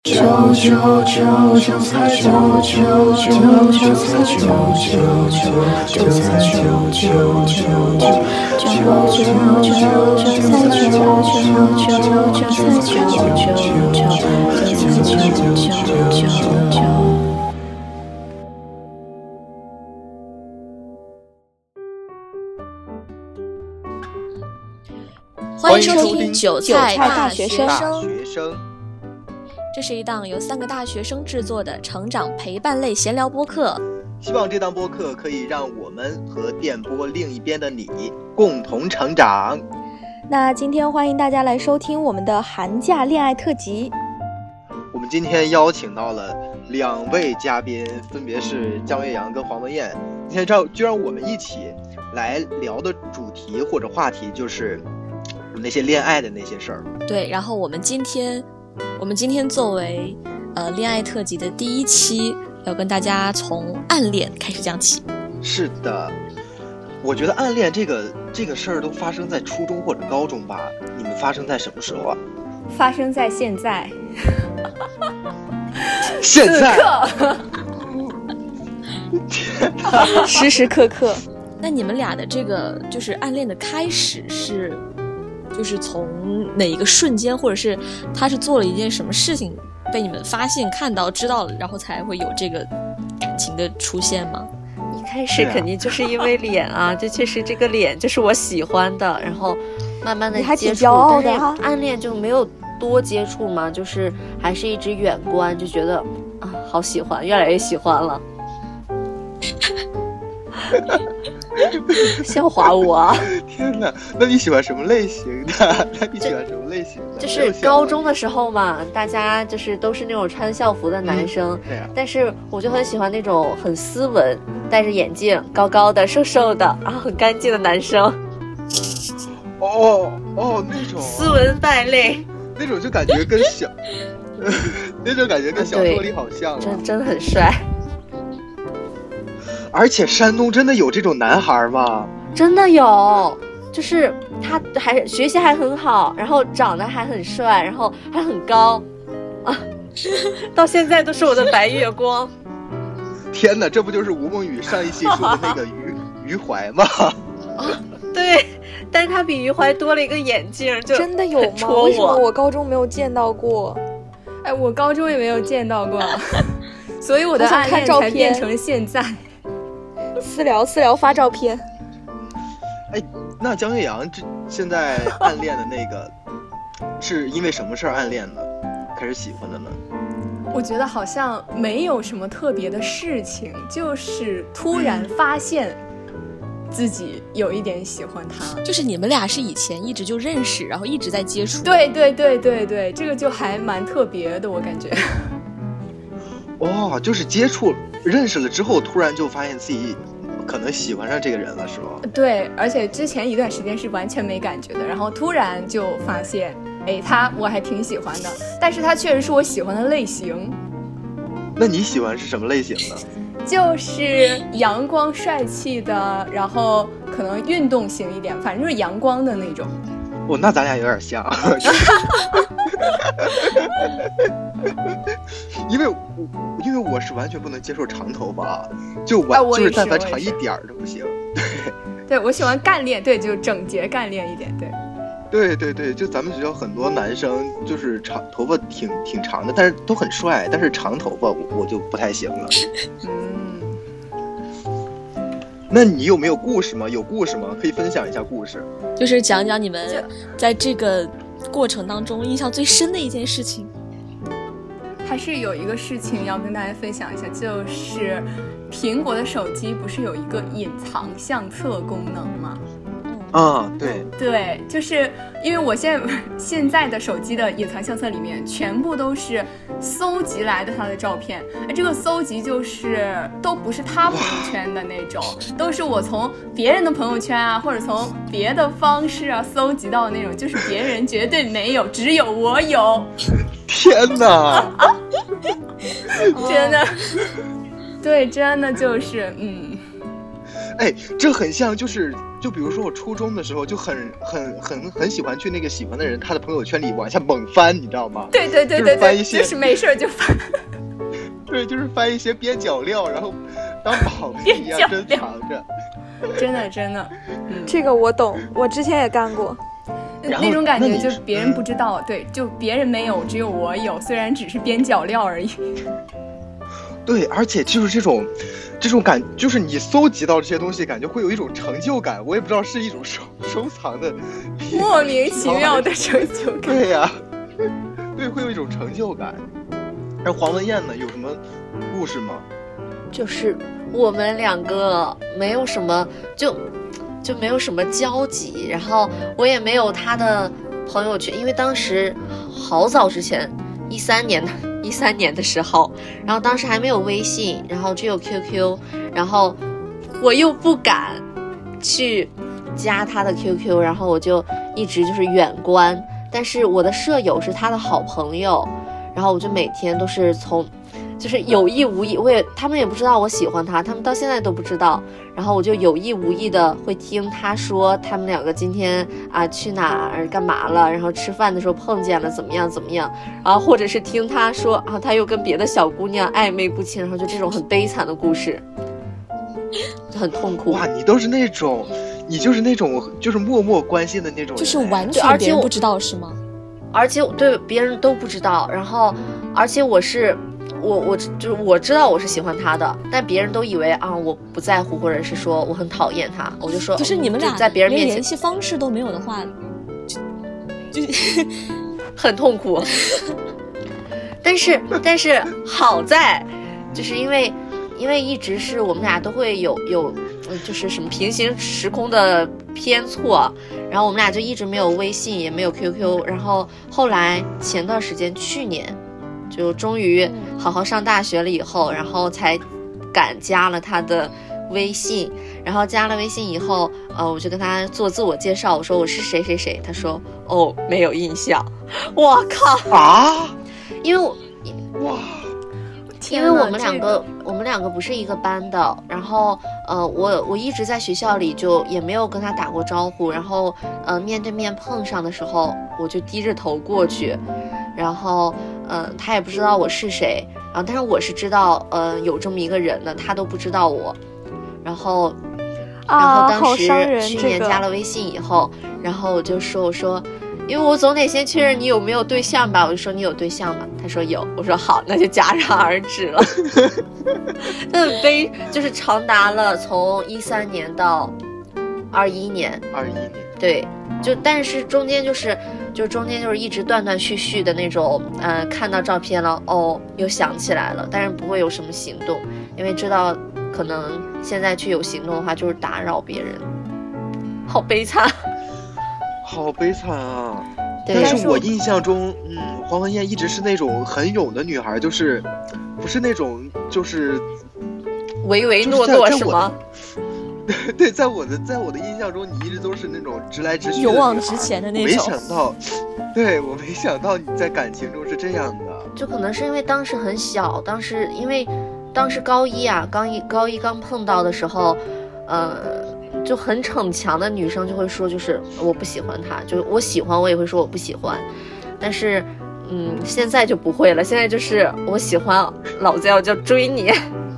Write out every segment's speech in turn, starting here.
九九九韭菜九九九韭菜九九九韭菜九九九九九九九韭菜九九九韭菜九九九。 欢迎收听韭菜大学生。这是一档由3个大学生制作的成长陪伴类闲聊播客， 希望这档播客可以让我们和电波另一边的你共同成长。 那今天欢迎大家来收听我们的寒假恋爱特辑。 我们今天邀请到了2位嘉宾，分别是姜岳阳跟黄文燕。今天就让我们一起来聊的主题或者话题就是那些恋爱的那些事儿。 对，然后我们今天作为恋爱特辑的第1期，要跟大家从暗恋开始讲起。 是的，我觉得暗恋这个事儿都发生在初中或者高中吧？你们发生在什么时候啊？ 发生在现在。 现在。 天哪！时时刻刻。 那你们俩的这个就是暗恋的开始是？就是从哪一个瞬间，或者是他是做了一件什么事情被你们发现看到知道了，然后才会有这个感情的出现吗？ 一开始肯定就是因为脸啊，这确实这个脸就是我喜欢的，然后慢慢的接触， 你还挺骄傲的啊。 暗恋就没有多接触嘛，就是还是一直远观，就觉得啊好喜欢，越来越喜欢了。笑话我啊！ 天哪，那你喜欢什么类型的？ 就是高中的时候嘛，大家就是都是那种穿校服的男生， 对啊。 但是我就很喜欢那种很斯文、戴着眼镜、高高的、瘦瘦的，然后很干净的男生。 哦，那种斯文败类， 那种就感觉跟小，那种感觉跟小说里好像啊， 真的很帅。 而且山东真的有这种男孩吗？ 真的有，就是他还学习还很好，然后长得还很帅，然后还很高啊，到现在都是我的白月光。 天哪，这不就是吴梦雨上一期说的那个余怀吗？ 对，但是他比余怀多了一个眼镜，就真的有吗？为什么我高中没有见到过？ 哎，我高中也没有见到过，所以我的暗恋才变成了现在。 私聊发照片。 哎，那姜岳阳现在暗恋的那个是因为什么事儿暗恋的，开始喜欢的呢？ 我觉得好像没有什么特别的事情，就是突然发现自己有一点喜欢他。 就是你们俩是以前一直就认识，然后一直在接触。 对，这个就还蛮特别的，我感觉。 哦，就是接触认识了之后，突然就发现自己可能喜欢上这个人了，是吗？ 对，而且之前一段时间是完全没感觉的，然后突然就发现，哎，我还挺喜欢的，但是他确实是我喜欢的类型。 那你喜欢是什么类型的？ 就是阳光帅气的，然后可能运动型一点，反正就是阳光的那种。 哦，那咱俩有点像。因为我是完全不能接受长头发，就是但凡长一点都不行。 对，我喜欢干练，对，就整洁干练一点， 对，就咱们学校很多男生就是头发挺长的，但是都很帅，但是长头发我就不太行了。那你有没有故事吗？有故事吗？可以分享一下故事， 就是讲讲你们在这个过程当中印象最深的一件事情。 还是有一个事情要跟大家分享一下，就是苹果的手机不是有一个隐藏相册功能吗？对，就是因为我现在的手机的隐藏相册里面全部都是搜集来的他的照片，这个搜集就是都不是他朋友圈的那种，都是我从别人的朋友圈啊，或者从别的方式啊搜集到的那种，就是别人绝对没有，只有我有。 天哪！ 真的，对，真的就是哎，这很像，就比如说我初中的时候就很喜欢去那个喜欢的人他的朋友圈里往下猛翻，你知道吗？ 对，就是没事就翻。 对，就是翻一些边角料，然后当宝贝一样珍藏着。 真的， 这个我懂，我之前也干过。 那种感觉就是别人不知道，对，就别人没有，只有我有，虽然只是边角料而已。 对，而且就是这种感，就是你搜集到这些东西，感觉会有一种成就感。我也不知道是一种收藏的莫名其妙的成就感。 对呀，对，会有一种成就感。而黄文燕呢，有什么故事吗？ 就是我们两个没有什么，就没有什么交集，然后我也没有他的朋友圈，因为当时好早之前，13年的时候，然后当时还没有微信，然后只有 QQ， 然后我又不敢去加他的 QQ， 然后我就一直就是远观，但是我的舍友是他的好朋友，然后我就每天都是就是有意无意，他们也不知道我喜欢他，他们到现在都不知道。然后我就有意无意的会听他说他们两个今天去哪儿干嘛了，然后吃饭的时候碰见了怎么样，然后或者是听他说他又跟别的小姑娘暧昧不清，然后就这种很悲惨的故事，就很痛苦。 哇，你就是那种就是默默关心的那种人， 就是完全别人不知道是吗？ 而且对别人都不知道，然后而且我知道我是喜欢他的，但别人都以为我不在乎，或者是说我很讨厌他，我就说可是你们俩在别人面前连联系方式都没有的话，就很痛苦。但是好在就是因为一直是我们俩都会有就是什么平行时空的偏错，然后我们俩就一直没有微信也没有 QQ， 然后后来前段时间去年就终于好好上大学了以后，然后才敢加了他的微信，然后加了微信以后我就跟他做自我介绍，我说我是谁谁谁，他说没有印象。我靠啊！ 因为我们两个不是一个班的，然后我一直在学校里就也没有跟他打过招呼，然后面对面碰上的时候我就低着头过去，然后他也不知道我是谁，然后但是我是知道有这么一个人的，他都不知道我，然后当时去年加了微信以后，然后我就说我说因为我总得先确认你有没有对象吧，我就说你有对象吗？他说有，我说好，那就戛然而止了。那很悲，就是长达了从13年到21年，对，但是中间就是一直断断续续的那种，看到照片了，又想起来了，但是不会有什么行动，因为知道可能现在去有行动的话就是打扰别人，好悲惨。 好悲惨啊！ 对， 但是我印象中，黄文燕一直是那种很勇的女孩，就是不是那种就是唯唯诺诺是吗？ 对，在我的印象中，你一直都是那种直来直去、 勇往直前的那种。 我没想到你在感情中是这样的。 就可能是因为当时很小，当时高一刚碰到的时候，就很逞强的女生就会说，就是我不喜欢他，就是我喜欢我也会说我不喜欢，但是现在就不会了，现在就是我喜欢老子要追你。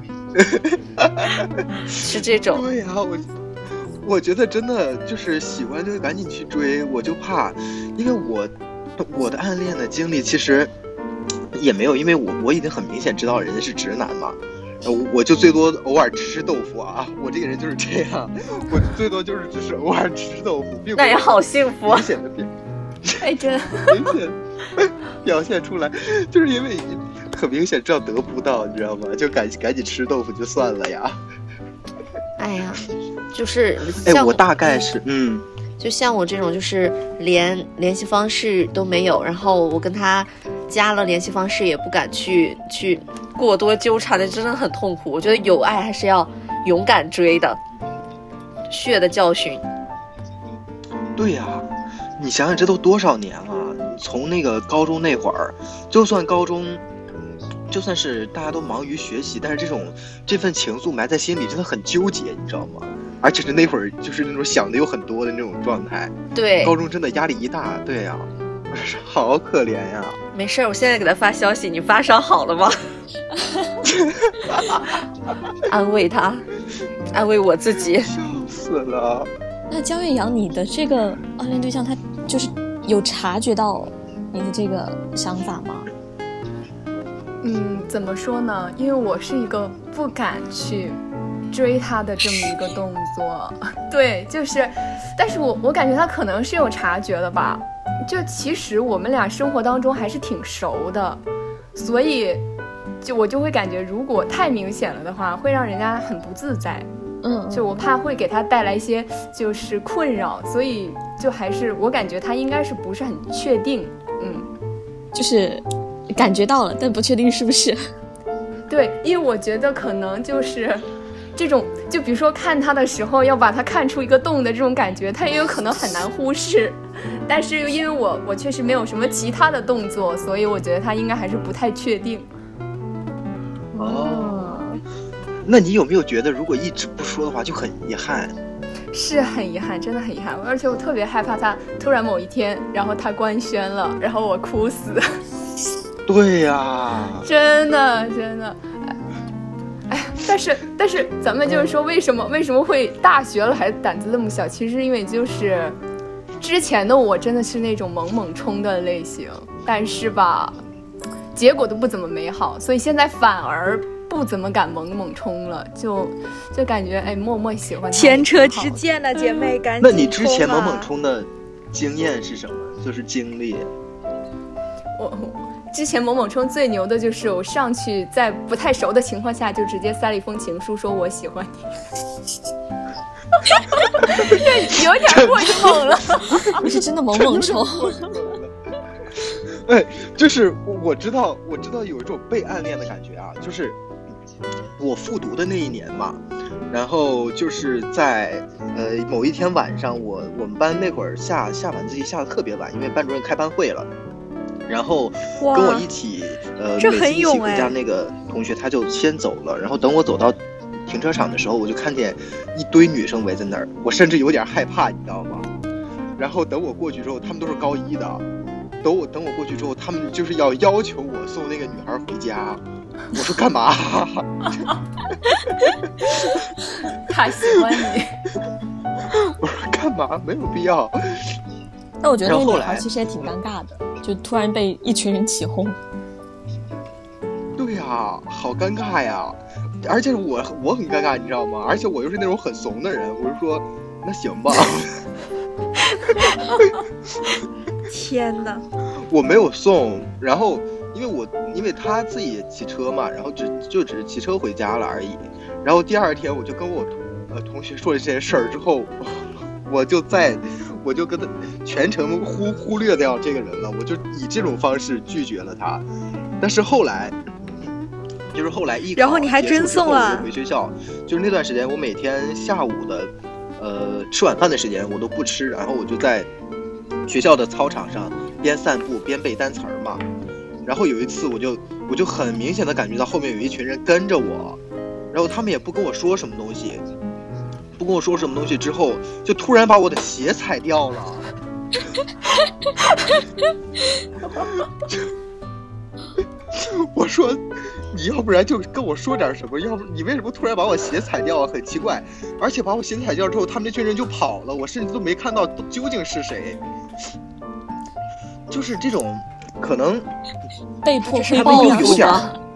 是这种。 对呀，我觉得真的就是喜欢就赶紧去追，我就怕，因为我的暗恋的经历其实也没有，因为我已经很明显知道人家是直男嘛，我就最多偶尔吃豆腐啊，我这个人就是这样，我最多就是只是偶尔吃豆腐，并不那也好幸福啊， 明显的真明显表现出来，就是因为很明显知道得不到，你知道吗？就赶紧吃豆腐就算了呀。 哎呀，就是像我大概是就像我这种就是连联系方式都没有，然后我跟他加了联系方式也不敢去过多纠缠的，真的很痛苦。我觉得有爱还是要勇敢追的，血的教训。 对呀，你想想这都多少年了，从那个高中那会儿，就算高中就算是大家都忙于学习，但是这份情愫埋在心里真的很纠结，你知道吗？ 而且是那会儿就是那种想的有很多的那种状态。 对， 高中真的压力一大，对呀，好可怜呀。 没事，我现在给他发消息，你发烧好了吗？安慰他，安慰我自己， 笑死了。 那江月阳，你的这个暗恋对象他就是有察觉到你的这个想法吗？ 怎么说呢？因为我是一个不敢去追他的这么一个动作，对，就是，但是我感觉他可能是有察觉的吧。就其实我们俩生活当中还是挺熟的，所以我就会感觉，如果太明显了的话，会让人家很不自在。就我怕会给他带来一些就是困扰，所以就还是我感觉他应该是不是很确定， 就是感觉到了，但不确定是不是。 对，因为我觉得可能就是这种，就比如说看他的时候要把他看出一个洞的这种感觉，他也有可能很难忽视。但是因为我确实没有什么其他的动作，所以我觉得他应该还是不太确定。 那你有没有觉得如果一直不说的话就很遗憾？ 是很遗憾，真的很遗憾，而且我特别害怕他突然某一天，然后他官宣了，然后我哭死。 对呀， 真的。但是咱们就是说为什么会大学了还胆子那么小？其实因为就是之前的我真的是那种猛冲的类型，但是吧结果都不怎么美好，所以现在反而不怎么敢猛冲了，就感觉默默喜欢他。 前车之鉴呢，姐妹赶紧冲啊。 那你之前猛冲的经验是什么？就是经历。 我之前猛冲最牛的就是我上去在不太熟的情况下就直接塞了一封情书，说我喜欢你。这有点过于猛了。 你是真的猛冲。 就是我知道有一种被暗恋的感觉啊，就是我复读的那一年嘛，然后就是在某一天晚上，我们班那会儿下晚自习下的特别晚，因为班主任开班会了，然后跟我一起每次一起回家那个同学他就先走了，然后等我走到停车场的时候，我就看见一堆女生围在那儿，我甚至有点害怕，你知道吗？然后等我过去之后，他们都是高一的，等我过去之后，他们就是要求我送那个女孩回家。我说干嘛？ 他喜欢你。 我说干嘛？没有必要。 但我觉得那个女孩其实也挺尴尬的，就突然被一群人起哄。 对呀，好尴尬呀！而且我很尴尬，你知道吗？而且我又是那种很怂的人，我就说那行吧。 天哪！ 我没有送，然后因为他自己骑车嘛，然后只是骑车回家了而已。然后第二天我就跟我同学说了这件事儿之后，我就跟他全程忽略掉这个人了，我就以这种方式拒绝了他。但是后来艺考， 然后你还真送了。 回学校，就是那段时间我每天下午的吃晚饭的时间我都不吃，然后我就在学校的操场上边散步边背单词儿嘛。然后有一次我就很明显的感觉到后面有一群人跟着我，然后他们也不跟我说什么东西，之后就突然把我的鞋踩掉了。我说你要不然就跟我说点什么，要不你为什么突然把我鞋踩掉啊？很奇怪，而且把我鞋踩掉之后，他们那群人就跑了，我甚至都没看到究竟是谁。就是这种可能被迫他们又有点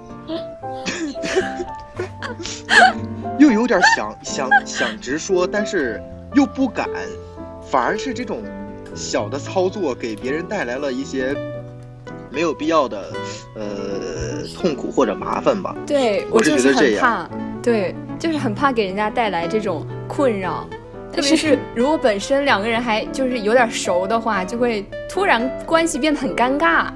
又有点想直说，但是又不敢，反而是这种小的操作给别人带来了一些没有必要的痛苦或者麻烦吧。 对，我就是很怕，对，就是很怕给人家带来这种困扰。特别是如果本身两个人还就是有点熟的话，就会突然关系变得很尴尬。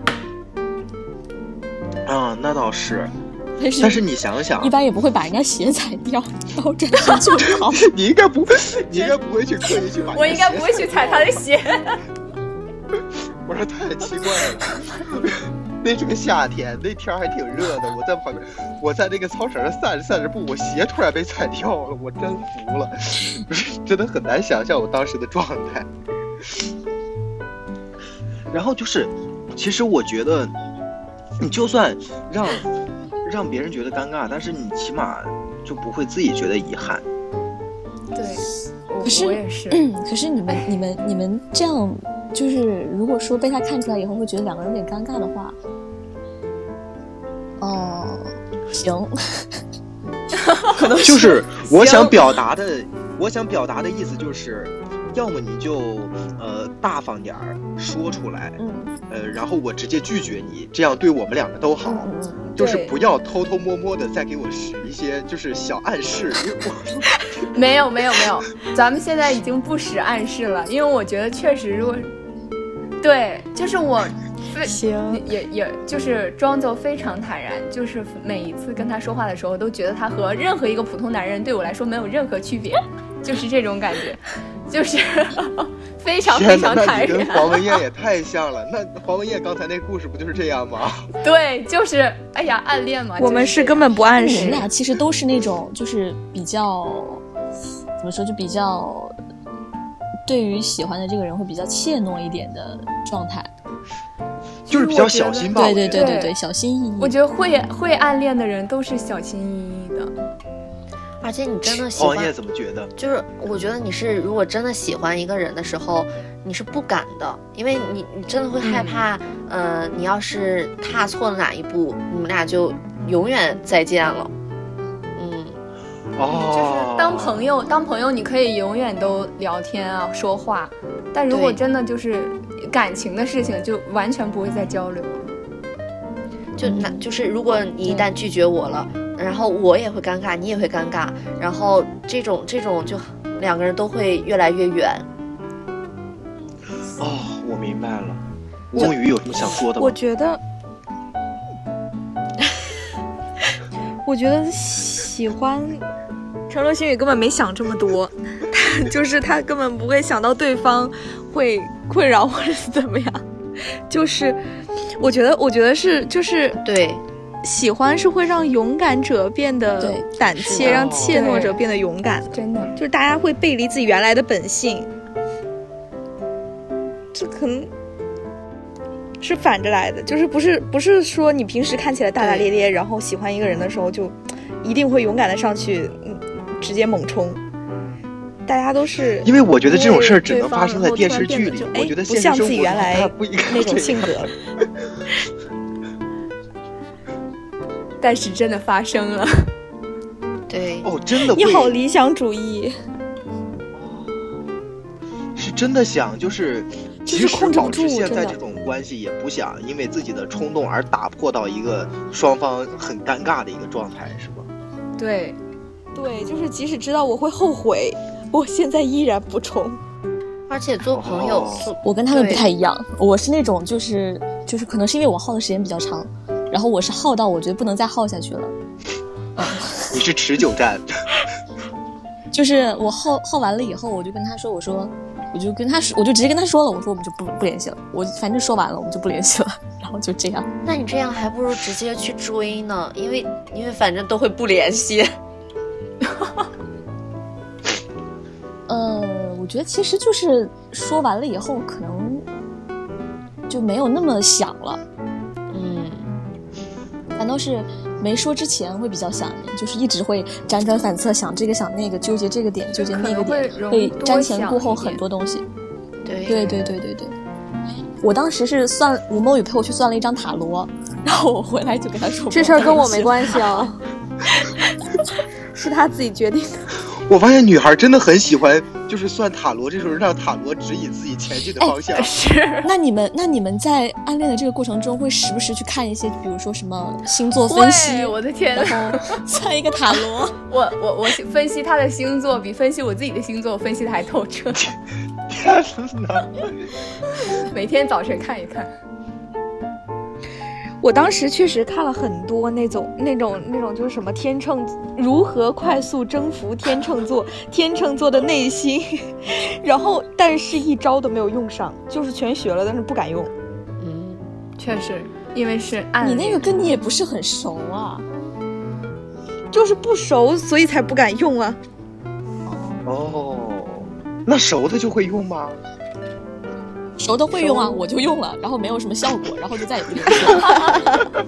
啊，那倒是。但是你想想， 一般也不会把人家鞋踩掉，然后转身就跑。 你应该不会去刻意去把。 我应该不会去踩他的鞋。 我说太奇怪了。 那是个夏天，那天还挺热的，我在旁边，我在那个操场上散着步，我鞋突然被踩掉了，我真服了，真的很难想象我当时的状态。然后就是，其实我觉得，你就算让别人觉得尴尬，但是你起码就不会自己觉得遗憾。 对， 可是我也是。 可是你们这样，就是如果说被他看出来以后会觉得两个人有点尴尬的话，行， 可能就是我想表达的意思就是，要么你就大方点儿说出来，然后我直接拒绝你，这样对我们两个都好。就是不要偷偷摸摸的再给我使一些就是小暗示。 没有，咱们现在已经不使暗示了，因为我觉得确实，如果对，就是我行， 也就是装作非常坦然，就是每一次跟他说话的时候，都觉得他和任何一个普通男人对我来说没有任何区别，就是这种感觉，就是非常非常坦然。 那你跟黄文燕也太像了。那黄文燕刚才那故事不就是这样吗？ 对，就是哎呀，暗恋嘛。 我们是根本不暗示。 你们俩其实都是那种就是比较怎么说，就比较对于喜欢的这个人会比较怯懦一点的状态。 就是比较小心吧。 对，小心翼翼。 我觉得会暗恋的人都是小心翼翼的。 而且你真的喜欢， 你也怎么觉得？ 就是我觉得你是，如果真的喜欢一个人的时候，你是不敢的，因为你真的会害怕，你要是踏错了哪一步，你们俩就永远再见了。 就是当朋友，你可以永远都聊天啊，说话，但如果真的就是感情的事情，就完全不会再交流了。 就是如果你一旦拒绝我了，然后我也会尴尬，你也会尴尬，然后这种就两个人都会越来越远。 我明白了。梦雨有什么想说的吗？ 我觉得喜欢陈乐星宇根本没想这么多，就是他根本不会想到对方会困扰或者是怎么样，就是我觉得是就是对。 喜欢是会让勇敢者变得胆怯，让怯懦者变得勇敢。 真的， 就是大家会背离自己原来的本性，这可能是反着来的。就是不是说你平时看起来大大咧咧，然后喜欢一个人的时候就一定会勇敢的上去，直接猛冲。大家都是因为我觉得这种事儿只能发生在电视剧里，我觉得不像自己原来那种性格。 但是真的发生了。 对， 真的会。 你好理想主义。 是真的想，就是即使保持现在这种关系，也不想因为自己的冲动而打破到一个双方很尴尬的一个状态，是吧？ 对， 就是即使知道我会后悔，我现在依然不冲。 而且做朋友， 我跟他们不太一样，我是那种就是可能是因为我耗的时间比较长。然后我是耗到我觉得不能再耗下去了。 你是持久战。 就是我耗完了以后，我就跟他说，我就直接跟他说了，我说我们就不联系了，我反正说完了，我们就不联系了，然后就这样。 那你这样还不如直接去追呢，因为反正都会不联系。 我觉得其实就是说完了以后，可能就没有那么想了。反倒是没说之前会比较想念，就是一直会辗转反侧，想这个想那个，纠结这个点纠结那个点，会瞻前顾后很多东西。对。我当时是吴梦雨陪我去算了一张塔罗，然后我回来就跟他说， 这事儿跟我没关系啊，是他自己决定的。 我发现女孩真的很喜欢，就是算塔罗，这时候让塔罗指引自己前进的方向。 是。 那你们在暗恋的这个过程中，会时不时去看一些，比如说什么星座分析？ 我的天， 然后算一个塔罗。 我分析他的星座，比分析我自己的星座分析的还透彻。 天哪！ 每天早晨看一看。 我当时确实看了很多那种就是什么天秤如何快速征服天秤座的内心，然后但是一招都没有用上，就是全学了，但是不敢用。 确实。 因为是暗恋。 你那个跟你也不是很熟啊。 就是不熟，所以才不敢用啊。 哦，那熟的就会用吗？ 熟的会用啊，我就用了，然后没有什么效果，然后就再也不联系了。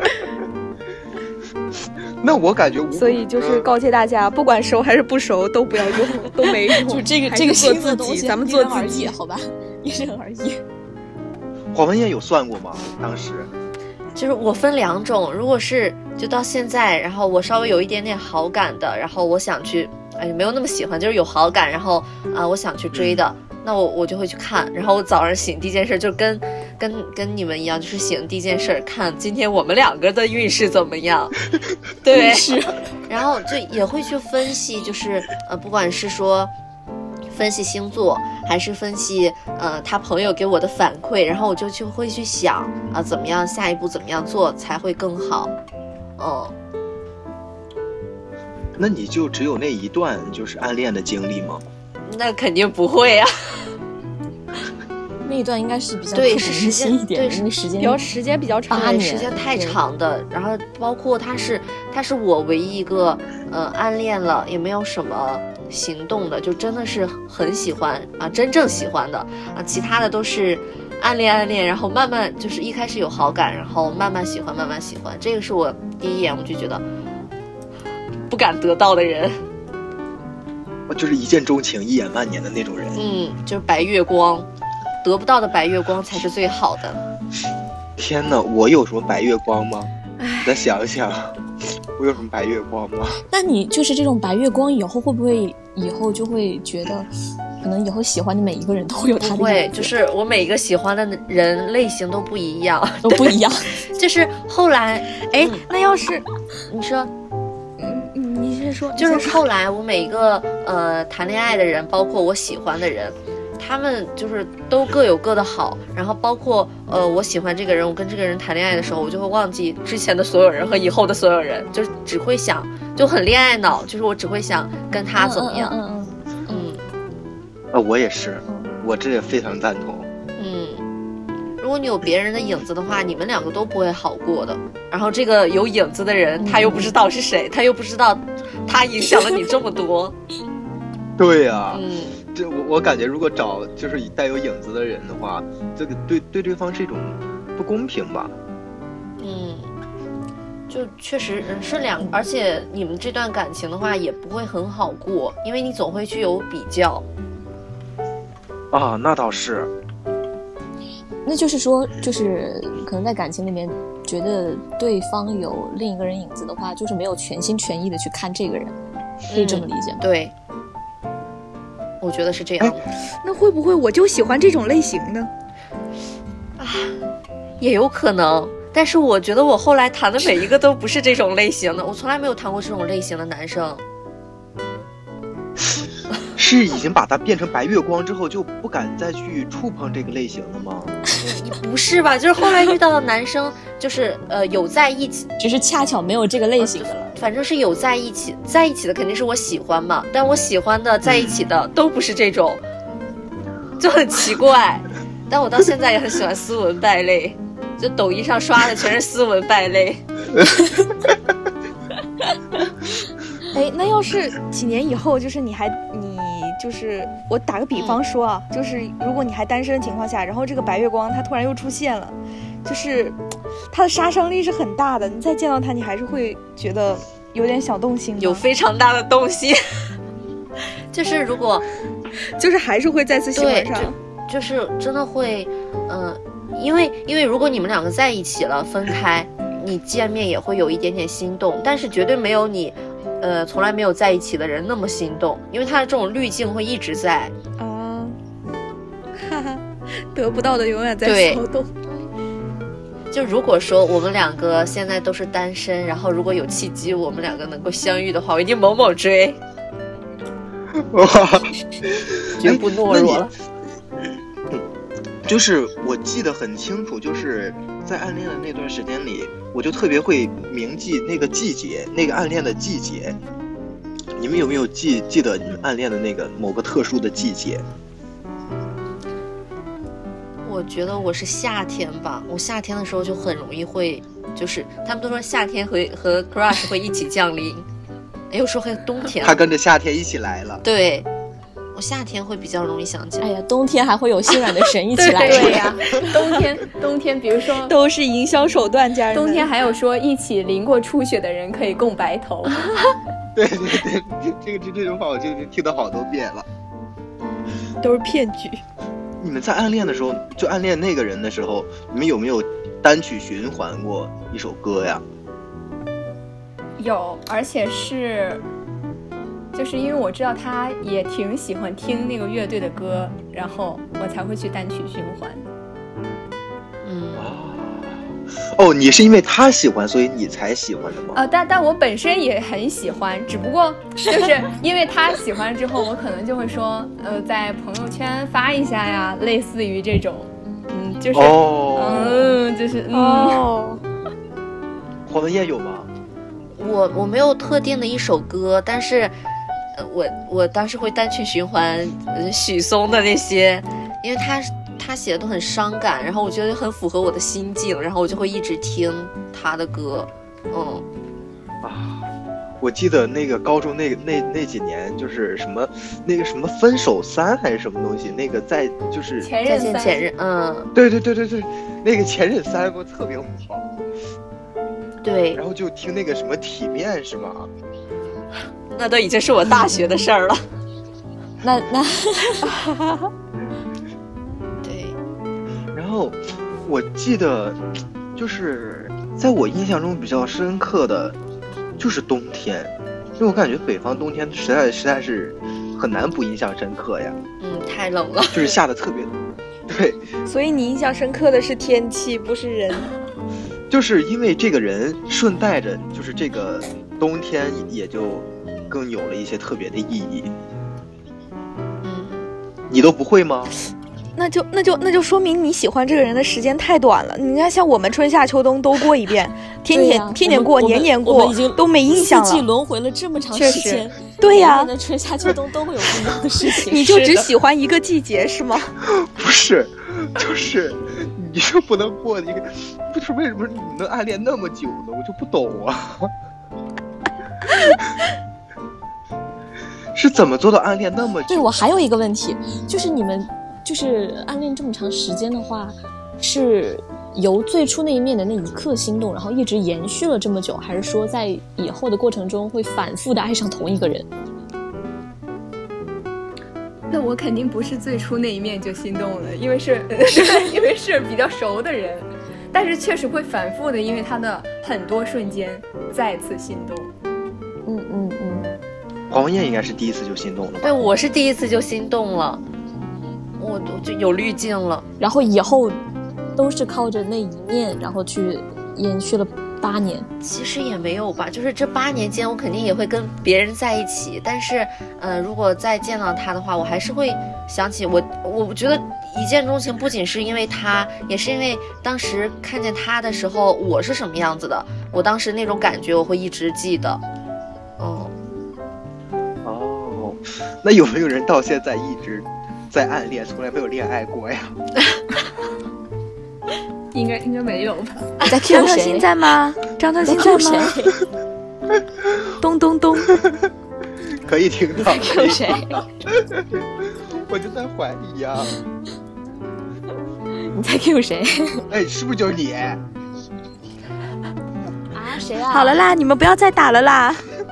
那我感觉， 所以就是告诫大家，不管熟还是不熟，都不要用，都没用。 就这个做新自己， 的东西， 咱们做自己， 好吧，因人而异。 黄文燕有算过吗？当时就是我分2种，如果是就到现在，然后我稍微有一点点好感的，然后我想去，没有那么喜欢，就是有好感，然后我想去追的，那我就会去看。然后我早上醒第一件事就跟你们一样，就是醒第一件事看今天我们2个的运势怎么样。对，是。然后就也会去分析，就是不管是说分析星座，还是分析他朋友给我的反馈，然后我就会去想怎么样下一步怎么样做才会更好。 那你就只有那一段就是暗恋的经历吗？ 那肯定不会啊。 那一段应该是比较对，是时间一点，因为时间比较长， 对，时间太长的。然后包括他是我唯一一个暗恋了也没有什么行动的，就真的是很喜欢真正喜欢的其他的都是暗恋，然后慢慢就是一开始有好感，然后慢慢喜欢。这个是我第一眼我就觉得不敢得到的人。 就是一见钟情、一眼万年的那种人。 就是白月光，得不到的白月光才是最好的。 天哪，我有什么白月光吗？再想想，我有什么白月光吗？ 那你就是这种白月光，以后会不会就会觉得，可能以后喜欢的每一个人都会有他的？ 不会，就是我每一个喜欢的人类型都不一样， 都不一样。 就是后来， 那要是你说。 你先说。 就是后来我每一个谈恋爱的人，包括我喜欢的人，他们就是都各有各的好。然后包括我喜欢这个人，我跟这个人谈恋爱的时候，我就会忘记之前的所有人和以后的所有人，就只会想，就很恋爱脑，就是我只会想跟他怎么样。 我也是，我这也非常赞同。 如果你有别人的影子的话，你们2个都不会好过的。然后这个有影子的人，他又不知道是谁，他又不知道他影响了你这么多。 对呀，这我感觉，如果找就是带有影子的人的话，这个对方是一种不公平吧？ 就确实是而且你们这段感情的话也不会很好过，因为你总会去有比较。 那倒是。 那就是说，就是可能在感情里面，觉得对方有另一个人影子的话，就是没有全心全意的去看这个人，可以这么理解吗？ 对，我觉得是这样的。 那会不会我就喜欢这种类型呢？ 也有可能。但是我觉得我后来谈的每一个都不是这种类型的，我从来没有谈过这种类型的男生。 是已经把它变成白月光之后就不敢再去触碰这个类型了吗？ 不是吧，就是后来遇到的男生就是有在一起， 只是恰巧没有这个类型的了。 反正是有在一起的肯定是我喜欢嘛，但我喜欢的在一起的都不是这种，就很奇怪。但我到现在也很喜欢斯文败类，就抖音上刷的全是斯文败类。 那要是几年以后，就是你就是我打个比方说就是如果你还单身的情况下，然后这个白月光它突然又出现了，就是它的杀伤力是很大的，你再见到它，你还是会觉得有点小动心吗？ 有非常大的动心。就是如果就是还是会再次喜欢上， 就是真的会因为如果你们2个在一起了分开，你见面也会有一点点心动，但是绝对没有你从来没有在一起的人那么心动，因为他的这种滤镜会一直在得不到的永远在骚动。 就如果说我们2个现在都是单身，然后如果有契机我们2个能够相遇的话，我一定猛追。绝不懦弱了。 就是我记得很清楚，就是在暗恋的那段时间里，我就特别会铭记那个季节，那个暗恋的季节。你们有没有记得你们暗恋的那个某个特殊的季节？ 我觉得我是夏天吧，我夏天的时候就很容易会，就是他们都说夏天和 crush 会一起降临，有时候还冬天， 他跟着夏天一起来了。 对，我夏天会比较容易想起来。 哎呀，冬天还会有心软的神一起来。 对呀，冬天，比如说都是营销手段，家人们。 冬天还有说一起淋过初雪的人可以共白头。 对，这种话我就听到好多遍了。 都是骗局。 你们在暗恋的时候，就暗恋那个人的时候，你们有没有单曲循环过一首歌呀？ 有，而且是，就是因为我知道他也挺喜欢听那个乐队的歌，然后我才会去单曲循环。 哦，你是因为他喜欢，所以你才喜欢的吗？ 但我本身也很喜欢，只不过就是因为他喜欢之后，我可能就会说，在朋友圈发一下呀，类似于这种，就是， 黄文燕有吗？ 我没有特定的一首歌，但是，我当时会单曲循环许嵩的那些，因为他写的都很伤感，然后我觉得很符合我的心境，然后我就会一直听他的歌。 我记得那个高中那几年，就是什么那个什么分手3还是什么东西，那个在就是前任再见前任， 对，那个前任3我特别火。 对， 然后就听那个什么体面是吗？ 那都已经是我大学的事儿了。 那对。 然后我记得就是在我印象中比较深刻的就是冬天，因为我感觉北方冬天实在是很难不印象深刻呀。 太冷了， 就是下的特别对。 所以你印象深刻的是天气，不是人。 就是因为这个人顺带着，就是这个冬天也就更有了一些特别的意义。你都不会吗？ 那就说明你喜欢这个人的时间太短了。你看，像我们春夏秋冬都过一遍，天天过，年过， 已经都没印象了。 四季轮回了这么长时间， 对呀， 春夏秋冬都会有不一样的事情。 你就只喜欢一个季节是吗？ 不是，就是你是不能过的一个，不是为什么你能暗恋那么久呢？我就不懂啊。是怎么做到暗恋那么久？ 对，我还有一个问题，就是你们就是暗恋这么长时间的话，是由最初那一面的那一刻心动，然后一直延续了这么久，还是说在以后的过程中会反复的爱上同一个人？ 那我肯定不是最初那一面就心动了，因为是比较熟的人，但是确实会反复的，因为他的很多瞬间再次心动。 黄文燕应该是第一次就心动了吧？ 对，我是第一次就心动了，我就有滤镜了。 然后以后都是靠着那一面，然后去延续了8年。 其实也没有吧，就是这8年间，我肯定也会跟别人在一起，但是，如果再见到他的话，我还是会想起我觉得一见钟情不仅是因为他，也是因为当时看见他的时候我是什么样子的，我当时那种感觉我会一直记得。 那有没有人到现在一直在暗恋，从来没有恋爱过呀？ 应该没有吧？ 在 Q 谁？ 张特新在吗？张特新在吗？咚咚咚， 可以听到。 Q 谁？ 我就在怀疑呀。 你在 Q 谁？ 哎，是不是就是你？ 啊，谁啊？ 好了啦，你们不要再打了啦。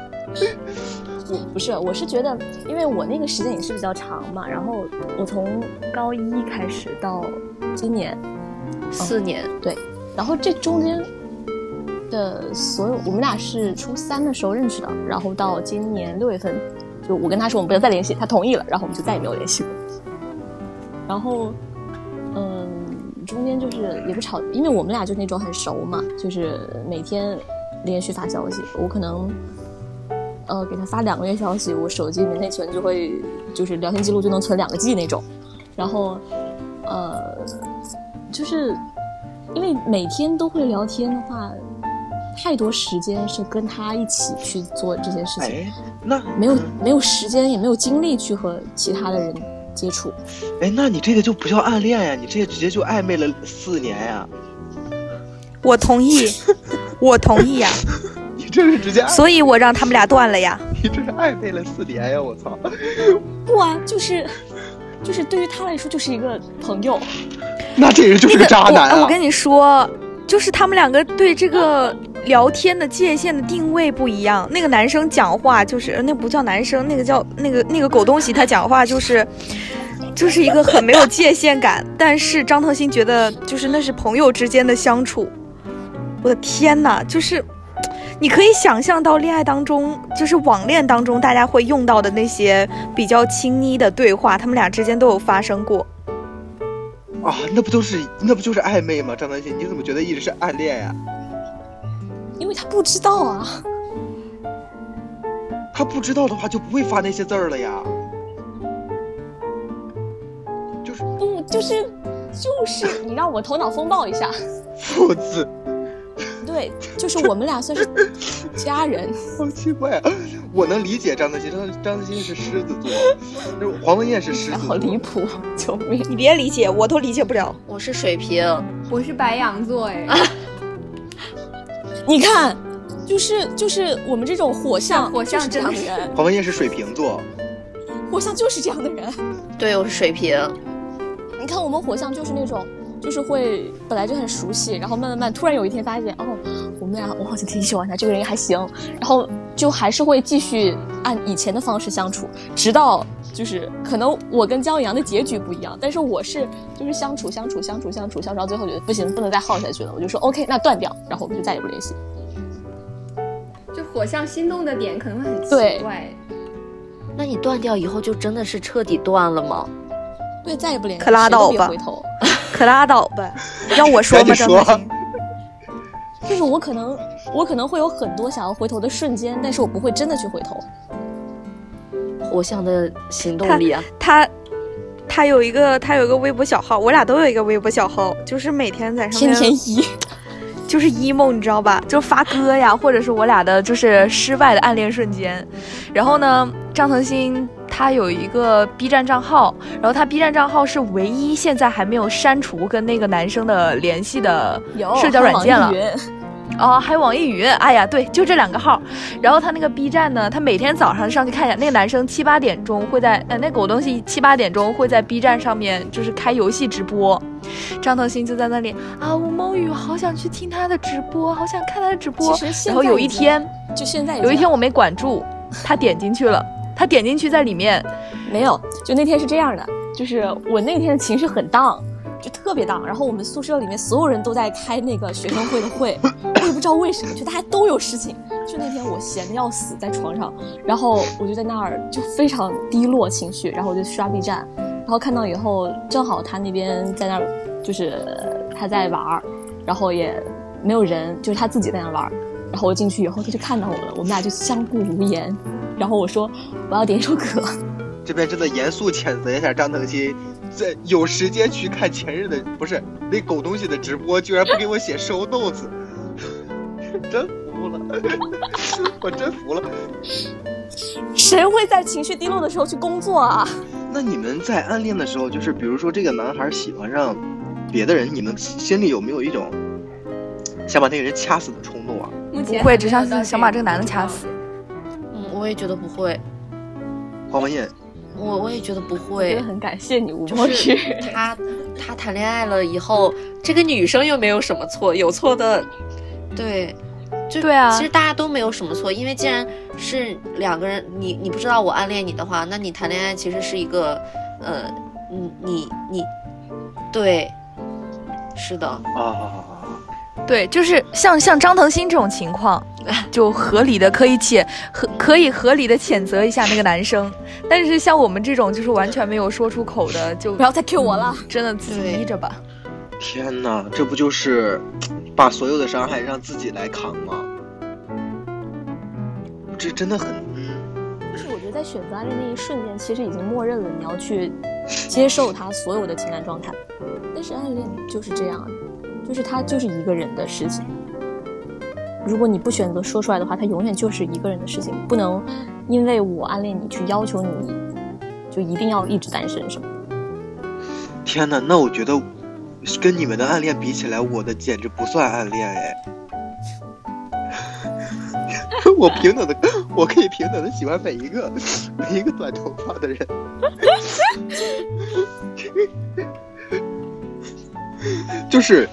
我是觉得，因为我那个时间也是比较长嘛，然后我从高1开始到今年 4年， 对，然后这中间的所有，我们俩是初3的时候认识的，然后到今年6月份，就我跟他说我们不要再联系，他同意了，然后我们就再也没有联系过。然后，中间就是也不吵，因为我们俩就那种很熟嘛，就是每天连续发消息，我可能。给他发2个月消息，我手机里面内存就会，就是聊天记录就能存2个G 那种。然后，就是因为每天都会聊天的话，太多时间是跟他一起去做这些事情， 那没有时间也没有精力去和其他的人接触。 哎，那你这个就不叫暗恋呀，你这个直接就暧昧了4年呀。 我同意，我同意呀。 你这是直接， 所以我让他们俩断了呀。 你这是暧昧了4年呀！我操！ 不啊，就是对于他来说就是一个朋友。 那这人就是个渣男啊！ 我跟你说，就是他们两个对这个聊天的界限的定位不一样。那个男生讲话就是那不叫男生，那个叫那个狗东西，他讲话就是一个很没有界限感。但是张腾新觉得就是那是朋友之间的相处。我的天哪，就是你可以想象到恋爱当中，就是网恋当中大家会用到的那些比较亲昵的对话，他们俩之间都有发生过。 啊，那不就是暧昧吗？张腾新，你怎么觉得一直是暗恋呀？ 因为他不知道啊。 他不知道的话就不会发那些字儿了呀。 就是你让我头脑风暴一下。 父子。 对，就是我们俩算是家人。 好奇怪啊！我能理解张腾新，张腾新是狮子座，黄文燕是狮子座。 好离谱，救命！ 你别理解，我都理解不了。 我是水瓶， 我是白羊座哎。 你看，就是我们这种火象就是这样的人。 黄文燕是水瓶座， 火象就是这样的人。 对，我是水瓶。 你看我们火象就是那种。就是会本来就很熟悉，然后慢慢突然有一天发现，哦，我们俩我好像挺喜欢他，这个人还行，然后就还是会继续按以前的方式相处，直到就是可能我跟姜宇阳的结局不一样，但是我是就是相处到最后觉得不行，不能再耗下去了，我就说 OK， 那断掉，然后我们就再也不联系。 就火象心动的点可能会很奇怪。 那你断掉以后就真的是彻底断了吗？ 对，再也不联系， 可拉倒吧， 回头。 可拉倒吧，要我说吗？张腾新， 就是我可能会有很多想要回头的瞬间，但是我不会真的去回头。 火象的行动力啊！ 他有一个微博小号，我俩都有一个微博小号，就是每天在上面天一， 就是 emo， 你知道吧？就发歌呀，或者是我俩的就是失败的暗恋瞬间。然后呢，张腾新他有一个 B 站账号，然后他 B 站账号是唯一现在还没有删除跟那个男生的联系的社交软件了。哦，还有网易云，哎呀，对，就这2个号。然后他那个 B 站呢，他每天早上上去看一下，那个男生7、8点钟会在那狗东西7、8点钟会在 B 站上面就是开游戏直播。张腾新就在那里啊，吴梦雨，好想去听他的直播，好想看他的直播。然后有一天我没管住，他点进去了，他点进去在里面没有，就那天是这样的，就是我那天的情绪很荡。就特别荡，然后我们宿舍里面所有人都在开那个学生会的会，我也不知道为什么，就大家都有事情。就那天我闲得要死，在床上，然后我就在那儿就非常低落情绪，然后我就刷 B 站，然后看到以后正好他那边在那儿，就是他在玩，然后也没有人，就是他自己在那玩，然后我进去以后他就看到我了，我们俩就相顾无言，然后我说我要点一首歌。 这边真的严肃谴责一下张腾新，在有时间去看前任的不是那狗东西的直播，居然不给我写show notes， 真服了，我真服了。 谁会在情绪低落的时候去工作啊？ 那你们在暗恋的时候，就是比如说这个男孩喜欢上别的人，你们心里有没有一种想把那个人掐死的冲动啊？ 不会，只想把这个男的掐死。 我也觉得不会。 黄文燕。 我也觉得不会， 真的很感谢你，吴梦雨。他谈恋爱了以后，这个女生又没有什么错，有错的，对， 对啊。 其实大家都没有什么错，因为既然是2个人，你不知道我暗恋你的话，那你谈恋爱其实是一个，你对，是的啊。 对，就是像张腾新这种情况，就合理的可以合理的谴责一下那个男生，但是像我们这种就是完全没有说出口的，就不要再 Q 我了， 真的自己依着吧。 天哪，这不就是把所有的伤害让自己来扛吗？这真的很就是我觉得在选择暗恋那一瞬间，其实已经默认了你要去接受他所有的情感状态，但是暗恋就是这样，就是他就是一个人的事情，如果你不选择说出来的话，他永远就是一个人的事情，不能因为我暗恋你去要求你就一定要一直单身什么。 天哪，那我觉得跟你们的暗恋比起来，我的简直不算暗恋哎。我可以平等的喜欢每一个短头发的人。就是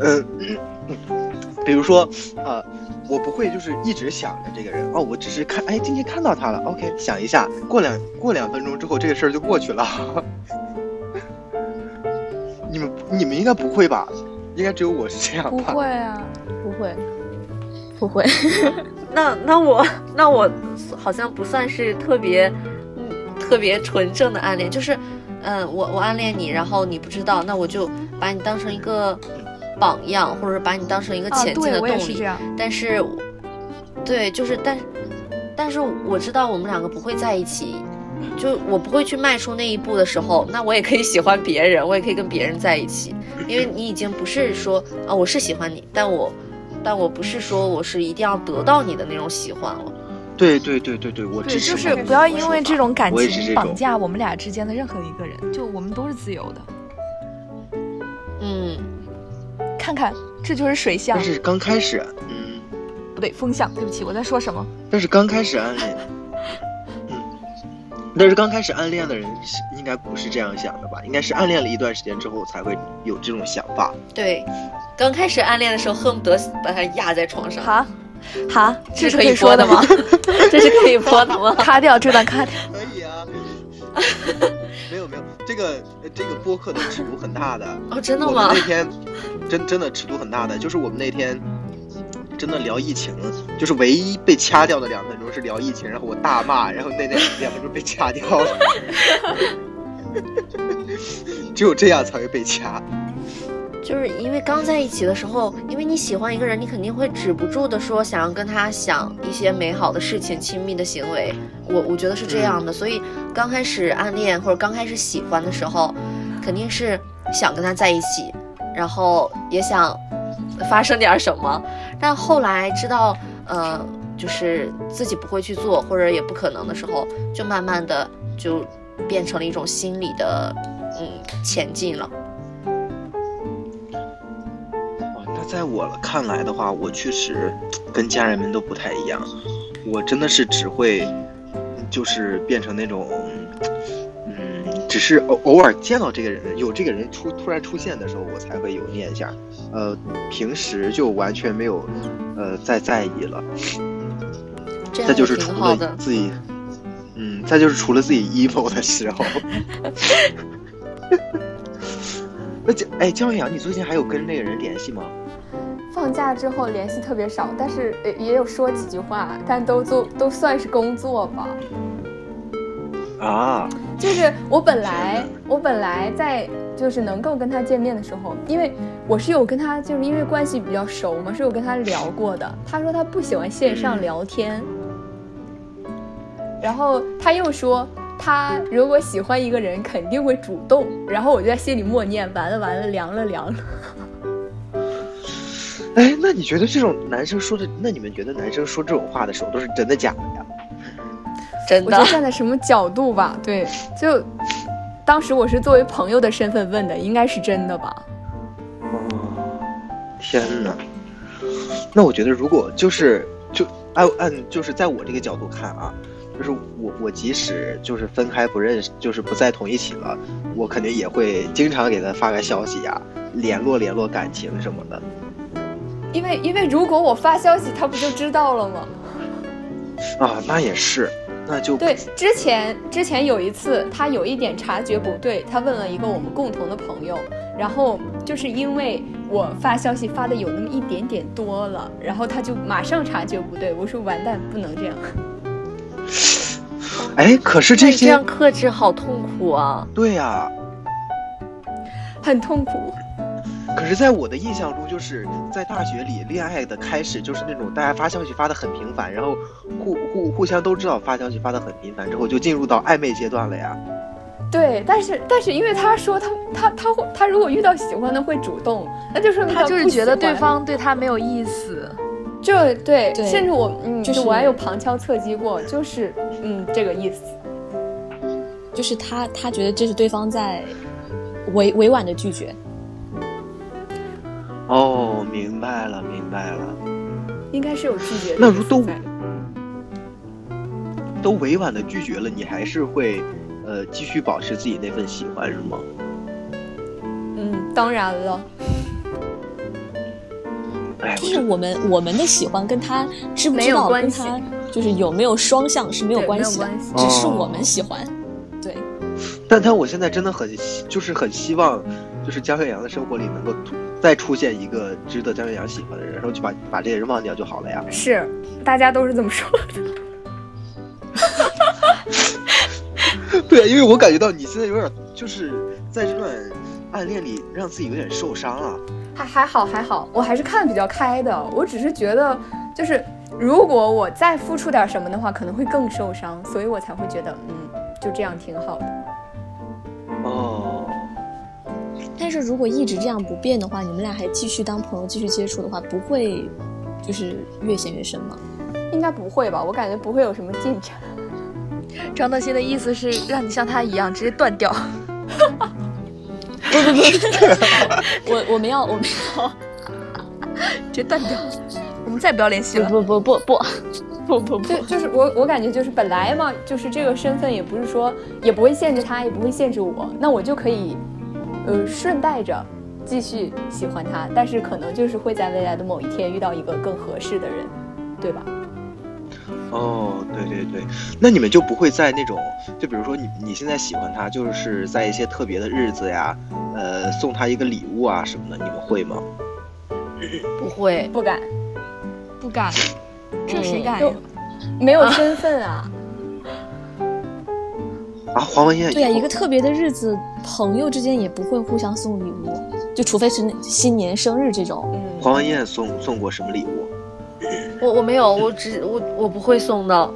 比如说我不会就是一直想着这个人哦，我只是看今天看到他了 OK 想一下，过2分钟之后这个事儿就过去了。你们应该不会吧？应该只有我是这样吧？ 不会啊， 不会。 那我好像不算是特别纯正的暗恋，就是我暗恋你，然后你不知道，那我就把你当成一个榜样，或者把你当成一个前进的动力。 对，我也是这样。 但是，对，就是但是我知道我们两个不会在一起，就我不会去迈出那一步的时候，那我也可以喜欢别人，我也可以跟别人在一起，因为你已经不是说我是喜欢你，但我不是说我是一定要得到你的那种喜欢了。 对，我支持。 就是不要因为这种感情绑架我们俩之间的任何一个人，就我们都是自由的。看看，这就是水象。 但是刚开始， 不对，风象。对不起，我在说什么？ 但是刚开始暗恋，但是刚开始暗恋的人应该不是这样想的吧？应该是暗恋了一段时间之后才会有这种想法。 对，刚开始暗恋的时候恨不得把他压在床上。 哈，这是可以说的吗？ 这是可以播的吗？ 卡掉这段，卡掉。 可以啊。没有，这个播客的尺度很大的。 哦，真的吗？ 我们那天真的尺度很大的，就是我们那天真的聊疫情，就是唯一被掐掉的2分钟是聊疫情，然后我大骂，然后那2分钟被掐掉了。只有这样才会被掐。 就是因为刚在一起的时候，因为你喜欢一个人，你肯定会止不住的说想要跟他想一些美好的事情、亲密的行为。我觉得是这样的，所以刚开始暗恋或者刚开始喜欢的时候，肯定是想跟他在一起，然后也想发生点什么。但后来知道，就是自己不会去做或者也不可能的时候，就慢慢的就变成了一种心理的前进了。 在我看来的话，我确实跟家人们都不太一样，我真的是只会就是变成那种只是偶尔见到这个人，有这个人突然出现的时候，我才会有念想，平时就完全没有再在意了。再就是除了自己再就是除了自己 emo 的时候。江阳，你最近还有跟那个人联系吗？ 放假之后联系特别少，但是也有说几句话，但都算是工作吧。就是我本来在就是能够跟他见面的时候，因为我是有跟他就是因为关系比较熟嘛，是有跟他聊过的。他说他不喜欢线上聊天，然后他又说他如果喜欢一个人肯定会主动，然后我就在心里默念完了凉了。 那你觉得这种男生说的，那你们觉得男生说这种话的时候都是真的假的呀？ 真的。 我就站在什么角度吧，对，就当时我是作为朋友的身份问的，应该是真的吧。 天哪，那我觉得如果就是在我这个角度看啊，就是我即使就是分开不认识，就是不在同一起了，我肯定也会经常给他发个消息呀，联络感情什么的。 因为如果我发消息，他不就知道了吗？ 那也是，那就对。之前有一次，他有一点察觉不对，他问了一个我们共同的朋友，然后就是因为我发消息发的有那么一点点多了，然后他就马上察觉不对。我说完蛋，不能这样。 可是这样克制好痛苦啊！ 对呀， 很痛苦。 可是在我的印象中，就是在大学里恋爱的开始就是那种大家发消息发得很频繁，然后互相都知道发消息发得很频繁之后就进入到暧昧阶段了呀。 对，但是因为他说他如果遇到喜欢的会主动，那就说明他就是觉得对方对他没有意思。 对，甚至我我还有旁敲侧击过，就是这个意思。 就是他觉得这是对方在委婉的拒绝。 哦，明白了。 应该是有拒绝的。 那如都委婉的拒绝了，你还是会继续保持自己那份喜欢是吗？ 当然了。 就是我们的喜欢跟他知不知道，跟他就是有没有双向是没有关系的，只是我们喜欢。对。 但我现在真的很希望，就是姜岳阳的生活里能够再出现一个值得姜岳阳喜欢的人，然后就把这些人忘掉就好了呀。 是，大家都是这么说的。 对，因为我感觉到你现在有点就是在这段暗恋里让自己有点受伤啊。 还好，我还是看得比较开的。我只是觉得，就是如果我再付出点什么的话，可能会更受伤，所以我才会觉得，就这样挺好的。 哦。 但是如果一直这样不变的话，你们俩还继续当朋友，继续接触的话，不会就是越陷越深吗？ 应该不会吧，我感觉不会有什么进展。 张德新的意思是让你像他一样直接断掉。 不，我们要直接断掉，我们再不要联系了。 不， 就是我感觉就是本来嘛，就是这个身份也不是说也不会限制他，也不会限制我，那我就可以顺带着继续喜欢他，但是可能就是会在未来的某一天遇到一个更合适的人，对吧？ 哦，对，那你们就不会在那种，就比如说你现在喜欢他，就是在一些特别的日子呀，送他一个礼物啊什么的，你们会吗？ 不会， 不敢， 这谁敢呀？ 没有身份啊！ 黄文燕对呀，一个特别的日子，朋友之间也不会互相送礼物，就除非是新年、生日这种。 黄文燕送过什么礼物？ 我没有，我不会送的。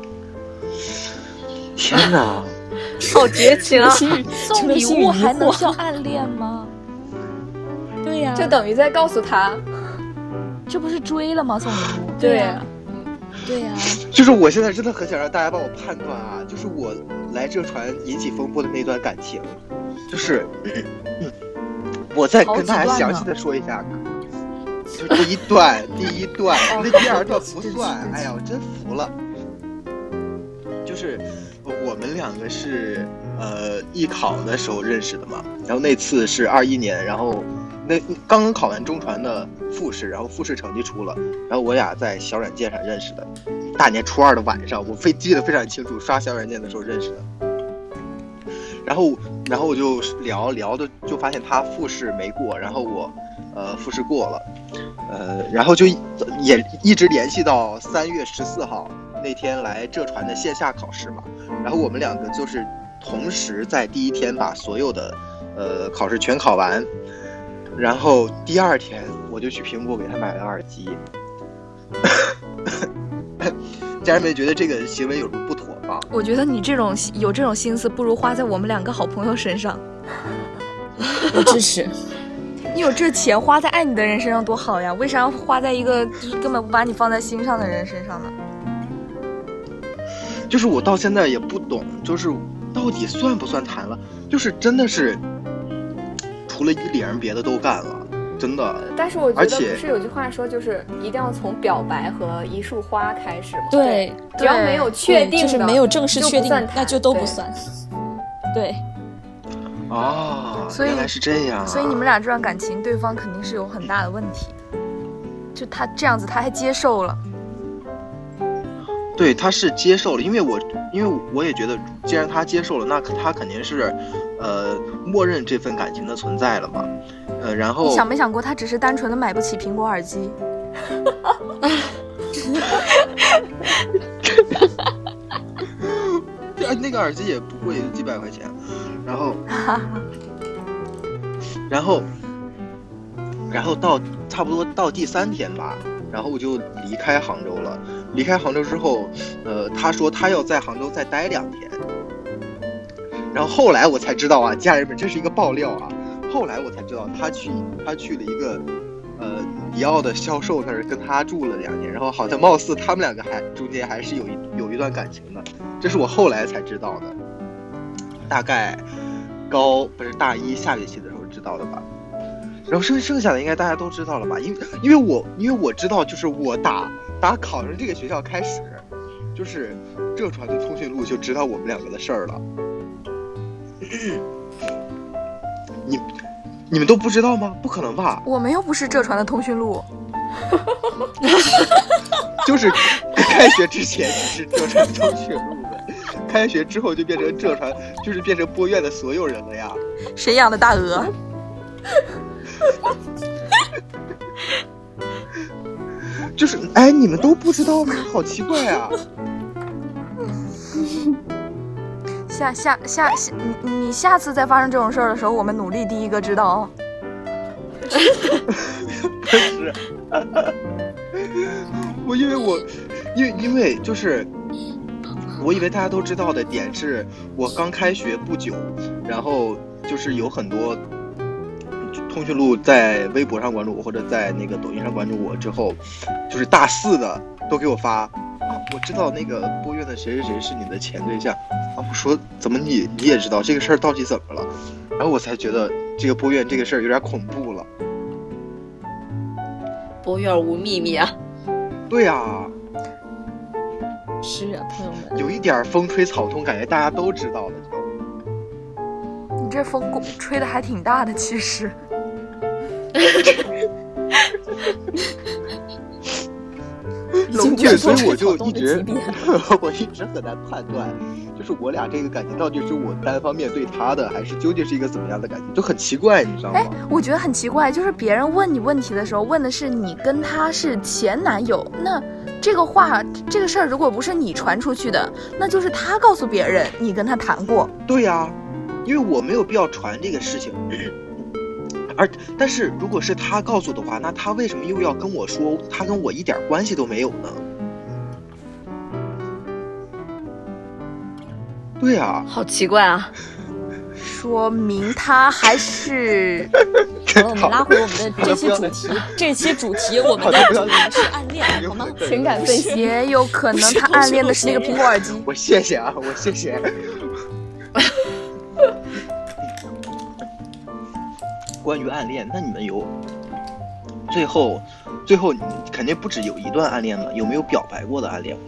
天哪， 好绝情啊！ 送礼物还能叫暗恋吗？ 对呀， 就等于在告诉他， 这不是追了吗？送礼物。 对呀。 就是我现在真的很想让大家帮我判断啊，就是我来这船引起风波的那段感情，就是我再跟大家详细的说一下。就第一段，那第二段不算。哎呀，我真服了。就是我们两个是艺考的时候认识的嘛，然后那次是21年，然后那刚刚考完中传的复试，然后复试成绩出了，然后我俩在小软件上认识的，大年初2的晚上，我记得非常清楚，刷小软件的时候认识的。然后我就聊的，就发现他复试没过，然后我复试过了，然后就也一直联系到3月14号那天来浙传的线下考试嘛，然后我们两个就是同时在第一天把所有的考试全考完，然后第二天我就去苹果给他买了耳机。家人们觉得这个行为有什么不妥吗？ 我觉得你有这种心思，不如花在我们2个好朋友身上。 我支持。 你有这钱花在爱你的人身上多好呀，为啥要花在一个就是根本不把你放在心上的人身上呢？ 就是我到现在也不懂，就是到底算不算谈了，就是真的是除了1零别的都干了，真的。 但是我觉得不是有句话说，就是一定要从表白和一束花开始吗？ 对， 只要没有确定的， 就是没有正式确定，那就都不算。对。 原来是这样啊！ 所以你们俩这段感情，对方肯定是有很大的问题。就他这样子，他还接受了。 对，他是接受了，因为我也觉得，既然他接受了，那他肯定是默认这份感情的存在了嘛。然后你想没想过，他只是单纯的买不起苹果耳机？ 那个耳机也不贵，几百块钱。然后到差不多到第3天吧，然后我就离开杭州了。离开杭州之后，他说他要在杭州再待2天。然后后来我才知道啊，家人们，这是一个爆料啊。后来我才知道他去了一个迪奥的销售那儿跟他住了2天，然后好像貌似他们2个中间还是有一段感情的，这是我后来才知道的。 大概大一下学期的时候知道的吧。然后剩下的应该大家都知道了吧？因为我知道，就是我打考上这个学校开始，就是浙传的通讯录就知道我们两个的事儿了。你们都不知道吗？不可能吧？ 我们又不是浙传的通讯录。 就是开学之前只是浙传通讯录的，开学之后就变成浙传，就是变成播院的所有人了呀。 谁养的大鹅？ 就是哎，你们都不知道吗？好奇怪啊！ 你下次再发生这种事儿的时候，我们努力第一个知道哦。 不是，因为就是我以为大家都知道的点是，我刚开学不久，然后就是有很多通讯录在微博上关注我，或者在那个抖音上关注我之后，就是大四的都给我发我知道那个播院的谁谁谁是你的前对象啊。我说怎么你也知道这个事儿到底怎么了？然后我才觉得这个播院这个事儿有点恐怖了。 播院无秘密啊。 对啊， 是啊，朋友们， 有一点风吹草动，感觉大家都知道了就。 你这风吹的还挺大的，其实。 对，所以我就一直很难判断，就是我俩这个感情到底是我单方面对他的，还是究竟是一个怎么样的感情，就很奇怪，你知道吗？ 我觉得很奇怪，就是别人问你问题的时候，问的是你跟他是前男友，那这个话这个事儿如果不是你传出去的，那就是他告诉别人你跟他谈过。 对呀，因为我没有必要传这个事情。但是如果是他告诉的话，那他为什么又要跟我说他跟我一点关系都没有呢？对啊， 好奇怪啊！ 说明他还是好了，我们拉回我们的这期主题。这期主题我们的主题是暗恋，好吗？ 情感分析。 也有可能他暗恋的是那个苹果耳机。 我谢谢啊，我谢谢。关于暗恋，那你们有最后你肯定不止有一段暗恋了，有没有表白过的暗恋？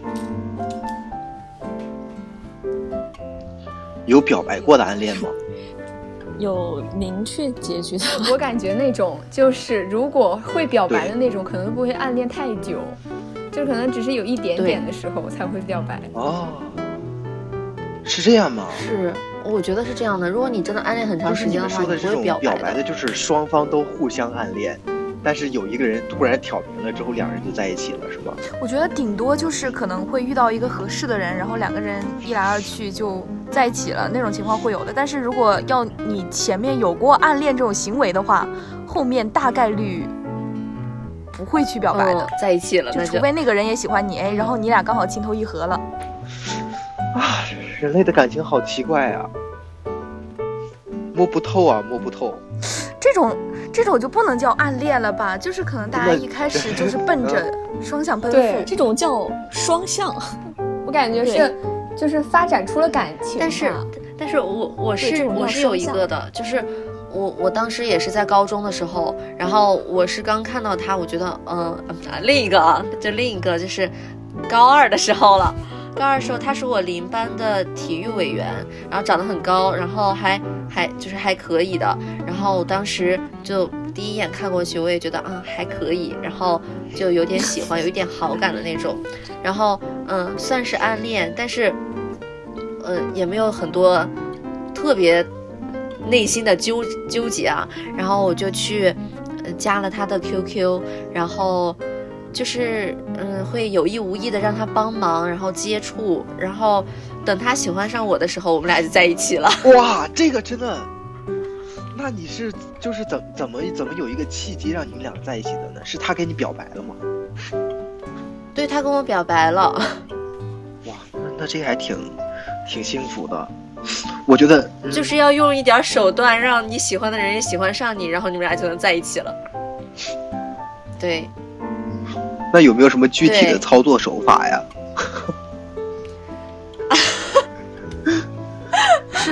有表白过的暗恋吗？ 有明确结局的。 我感觉那种就是如果会表白的那种，可能不会暗恋太久，就可能只是有一点点的时候才会表白。 哦，是这样吗？ 是。我觉得是这样的，如果你真的暗恋很长时间的话， 就是你们说的这种表白的就是双方都互相暗恋，但是有一个人突然挑明了之后，两人就在一起了，是吧？ 我觉得顶多就是可能会遇到一个合适的人，然后两个人一来二去就在一起了，那种情况会有的。但是如果要你前面有过暗恋这种行为的话，后面大概率不会去表白的， 在一起了， 就除非那个人也喜欢你，哎，然后你俩刚好情投意合了。 啊，人类的感情好奇怪啊，摸不透啊，摸不透。 这种就不能叫暗恋了吧？就是可能大家一开始就是奔着双向奔赴， 这种叫双向。 我感觉是就是发展出了感情。 但是我是有一个的，就是我当时也是在高中的时候，然后我是刚看到他，我觉得另一个就是高二的时候了。高二的时候，他是我邻班的体育委员，然后长得很高，然后还就是还可以的。然后我当时就第一眼看过去，我也觉得还可以，然后就有点喜欢，有一点好感的那种。然后算是暗恋，但是也没有很多特别内心的纠结啊。然后我就去加了他的 QQ， 然后就是会有意无意的让他帮忙，然后接触，然后等他喜欢上我的时候，我们俩就在一起了。 哇，这个真的，那你是就是怎么有一个契机让你们俩在一起的呢？是他给你表白了吗？ 对，他跟我表白了。 哇，那这还挺幸福的。我觉得就是要用一点手段，让你喜欢的人也喜欢上你，然后你们俩就能在一起了。对。 那有没有什么具体的操作手法呀？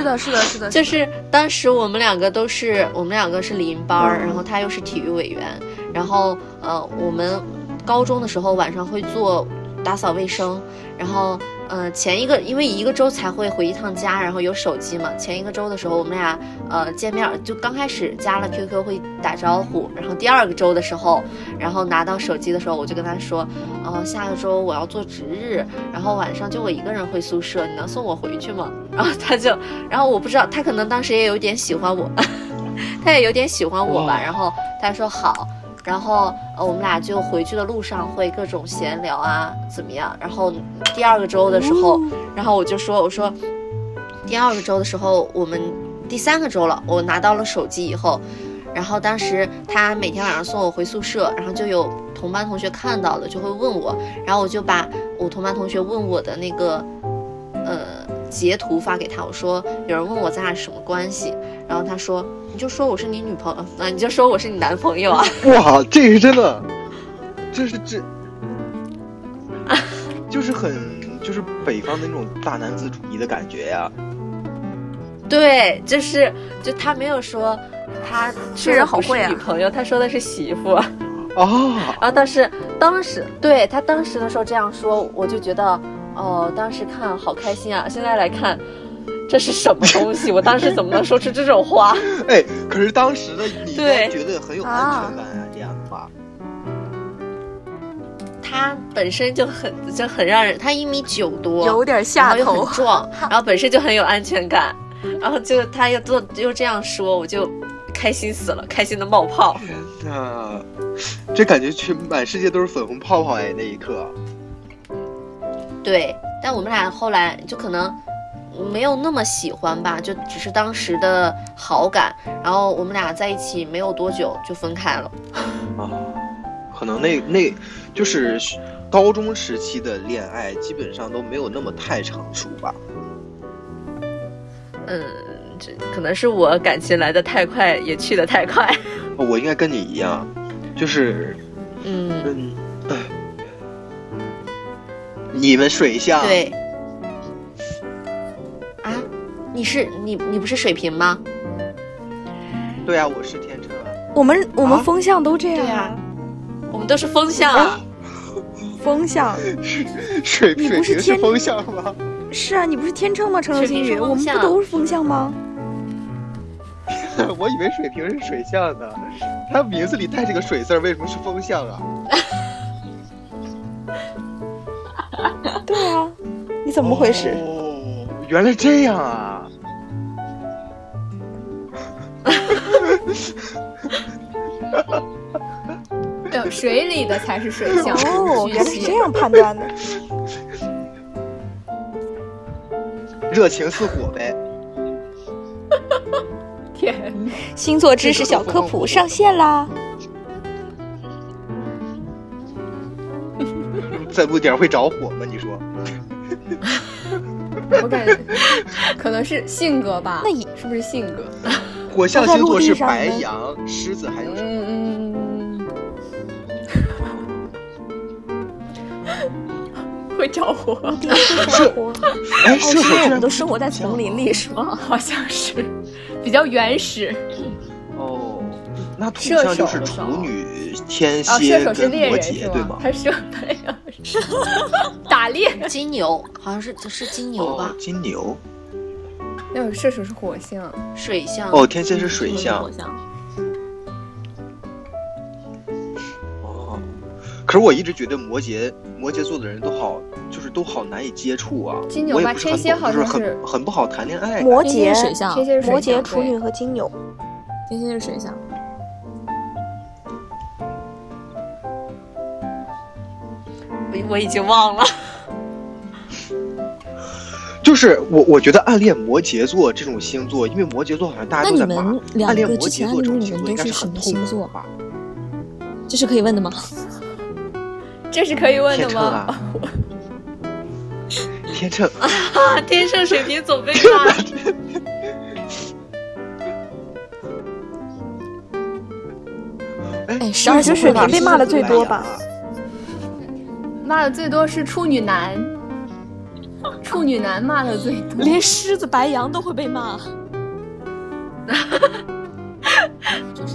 是的，是的，是的， 就是当时我们两个是理音班，然后他又是体育委员，然后我们高中的时候晚上会做打扫卫生，然后因为一个周才会回一趟家，然后有手机嘛，前一个周的时候我们俩见面，就刚开始加了 QQ 会打招呼，然后第二个周的时候，然后拿到手机的时候我就跟他说，下个周我要做值日，然后晚上就我一个人回宿舍，你能送我回去吗？然后我不知道，他可能当时也有点喜欢我他也有点喜欢我吧，然后他说好，然后我们俩就回去的路上会各种闲聊啊怎么样，然后第二个周的时候，然后我说第二个周的时候我们第三个周了，我拿到了手机以后，然后当时他每天晚上送我回宿舍，然后就有同班同学看到了就会问我，然后我就把我同班同学问我的那个截图发给他，我说有人问我咱俩是什么关系，然后他说你就说我是你女朋友，你就说我是你男朋友啊。 哇，这个真的，就是北方的那种大男子主义的感觉呀。 对，就他没有说他这人好会啊， 女朋友，他说的是媳妇。 哦， 然后当时对他当时的时候这样说，我就觉得当时看好开心啊，现在来看这是什么东西？我当时怎么能说出这种话？ 哎，可是当时的你应该觉得很有安全感啊，这样的话。 他本身就很让人，他1.9米多， 有点下头， 然后又很壮，然后本身就很有安全感，然后就他又这样说，我就开心死了，开心的冒泡。 天哪，这感觉满世界都是粉红泡泡哎，那一刻。 对，但我们俩后来就可能没有那么喜欢吧，就只是当时的好感，然后我们俩在一起没有多久就分开了。 可能那就是高中时期的恋爱基本上都没有那么太成熟吧。 这可能是我感情来得太快，也去得太快。 我应该跟你一样，就是你们水象。 对啊，你不是水瓶吗？ 对啊，我是天秤啊。 我们风象都这样。 对啊，我们都是风象啊。 风象。 水瓶是风象吗？ 是啊，你不是天秤吗？成流星雨，我们不都是风象吗？ 我以为水瓶是水象的，它名字里带这个水字，为什么是风象啊？ 对啊，你怎么回事？ 哦，原来这样啊！ 水里的才是水象。 哦，原来是这样判断的。 热情似火呗。 天， 星座知识小科普上线啦！ 再不点会着火吗？你说？ 我感觉可能是性格吧。 那是不是性格？ 火象星座是白羊、狮子，还有什么？ 会着火。 哎，射手我们都生活在丛林里是吗？ 好像是，比较原始。 哦，那土象就是处女、天蝎跟摩羯，对吗？ 他射太阳，打猎。 金牛好像是金牛吧？ 金牛。 那射手是火象， 水象。 哦，天蝎是水象。哦，可是我一直觉得摩羯座的人都好难以接触啊。 金牛吧，天蝎好像是很不好谈恋爱。 摩羯水象， 摩羯、处女和金牛。 天蝎是水象。 我已经忘了。 就是我觉得暗恋摩羯座这种星座，因为摩羯座好像大家都在骂。 那你们两个之前暗恋的人都是什么星座吧？这是可以问的吗？ 这是可以问的吗？ 天秤啊，天秤水瓶总被骂。 哎 ，12星水瓶被骂的最多吧？ 骂的最多是处女男。 处女男骂的最多， 连狮子白羊都会被骂。就是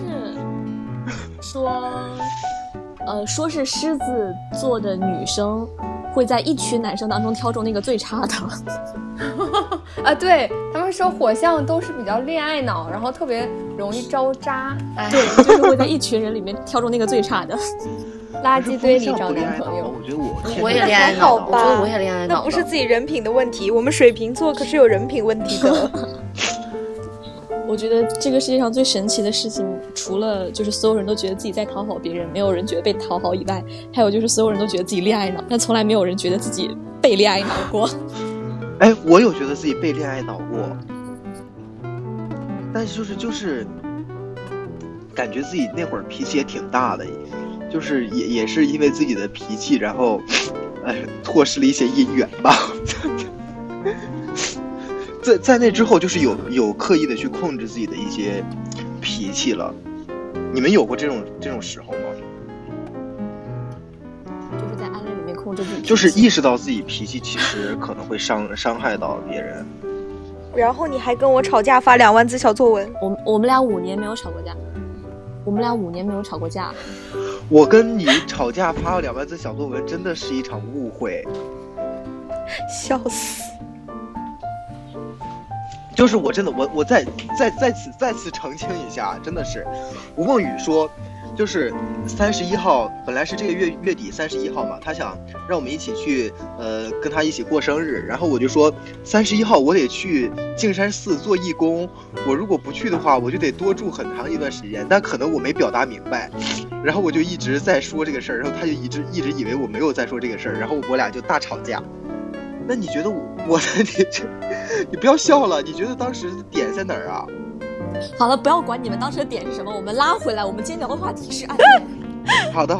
说是狮子座的女生会在一群男生当中挑中那个最差的。 啊，对他们说火象都是比较恋爱脑，然后特别容易招渣。 对，就是会在一群人里面挑中那个最差的。 垃圾堆里找男朋友。 我觉得我也恋爱脑，我觉得我也恋爱脑。 那不是自己人品的问题，我们水瓶座可是有人品问题的。 我觉得这个世界上最神奇的事情，除了就是所有人都觉得自己在讨好别人，没有人觉得被讨好以外，还有就是所有人都觉得自己恋爱脑，但从来没有人觉得自己被恋爱脑过。 哎，我有觉得自己被恋爱脑过，但是就是感觉自己那会儿脾气也挺大的，就是也是因为自己的脾气，然后错失了一些姻缘吧。在那之后，就是有刻意的去控制自己的一些脾气了。你们有过这种时候吗？ 就是在暗恋里面控制自己， 就是意识到自己脾气其实可能会伤害到别人。 然后你还跟我吵架，发2万字小作文。 我们俩5年没有吵过架。我们俩5年没有吵过架。 我跟你吵架发了2万字小作文，真的是一场误会。 笑死！ 就是我真的我在此澄清一下，真的是吴梦雨说，就是31号本来是这个月底31号嘛，他想让我们一起去跟他一起过生日，然后我就说31号我得去径山寺做义工，我如果不去的话我就得多住很长一段时间，但可能我没表达明白，然后我就一直在说这个事儿，然后他就一直以为我没有在说这个事儿，然后我俩就大吵架。那你觉得你不要笑了，你觉得当时的点在哪儿啊？ 好了，不要管你们当时的点是什么，我们拉回来，我们今天聊的话题是暗恋。 好的。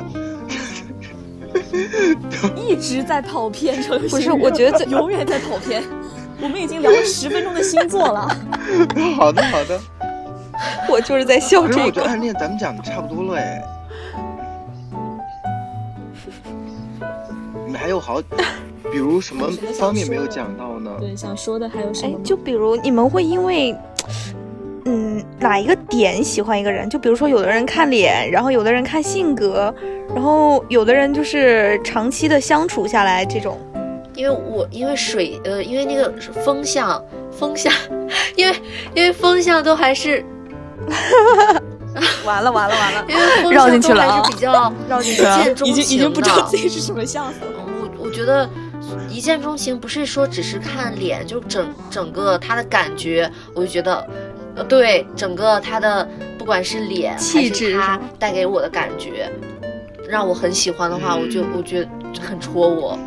一直在跑偏， 不是，我觉得永远在跑偏。我们已经聊了10分钟的星座了。 好的。 我就是在笑这个。 我觉得暗恋咱们讲的差不多了哎。你们还有比如什么方面没有讲到呢？ 对，想说的还有什么？ 就比如你们会因为哪一个点喜欢一个人？就比如说有的人看脸，然后有的人看性格，然后有的人就是长期的相处下来这种。 因为那个风向，因为风向都还是完了， 因为风向都还是比较绕进去了， 一见钟情的， 已经不知道自己是什么相了。 我觉得一见钟情不是说只是看脸，就整个他的感觉，我就觉得对整个他的不管是脸气质， 还是他带给我的感觉，让我很喜欢的话，我觉得很戳我。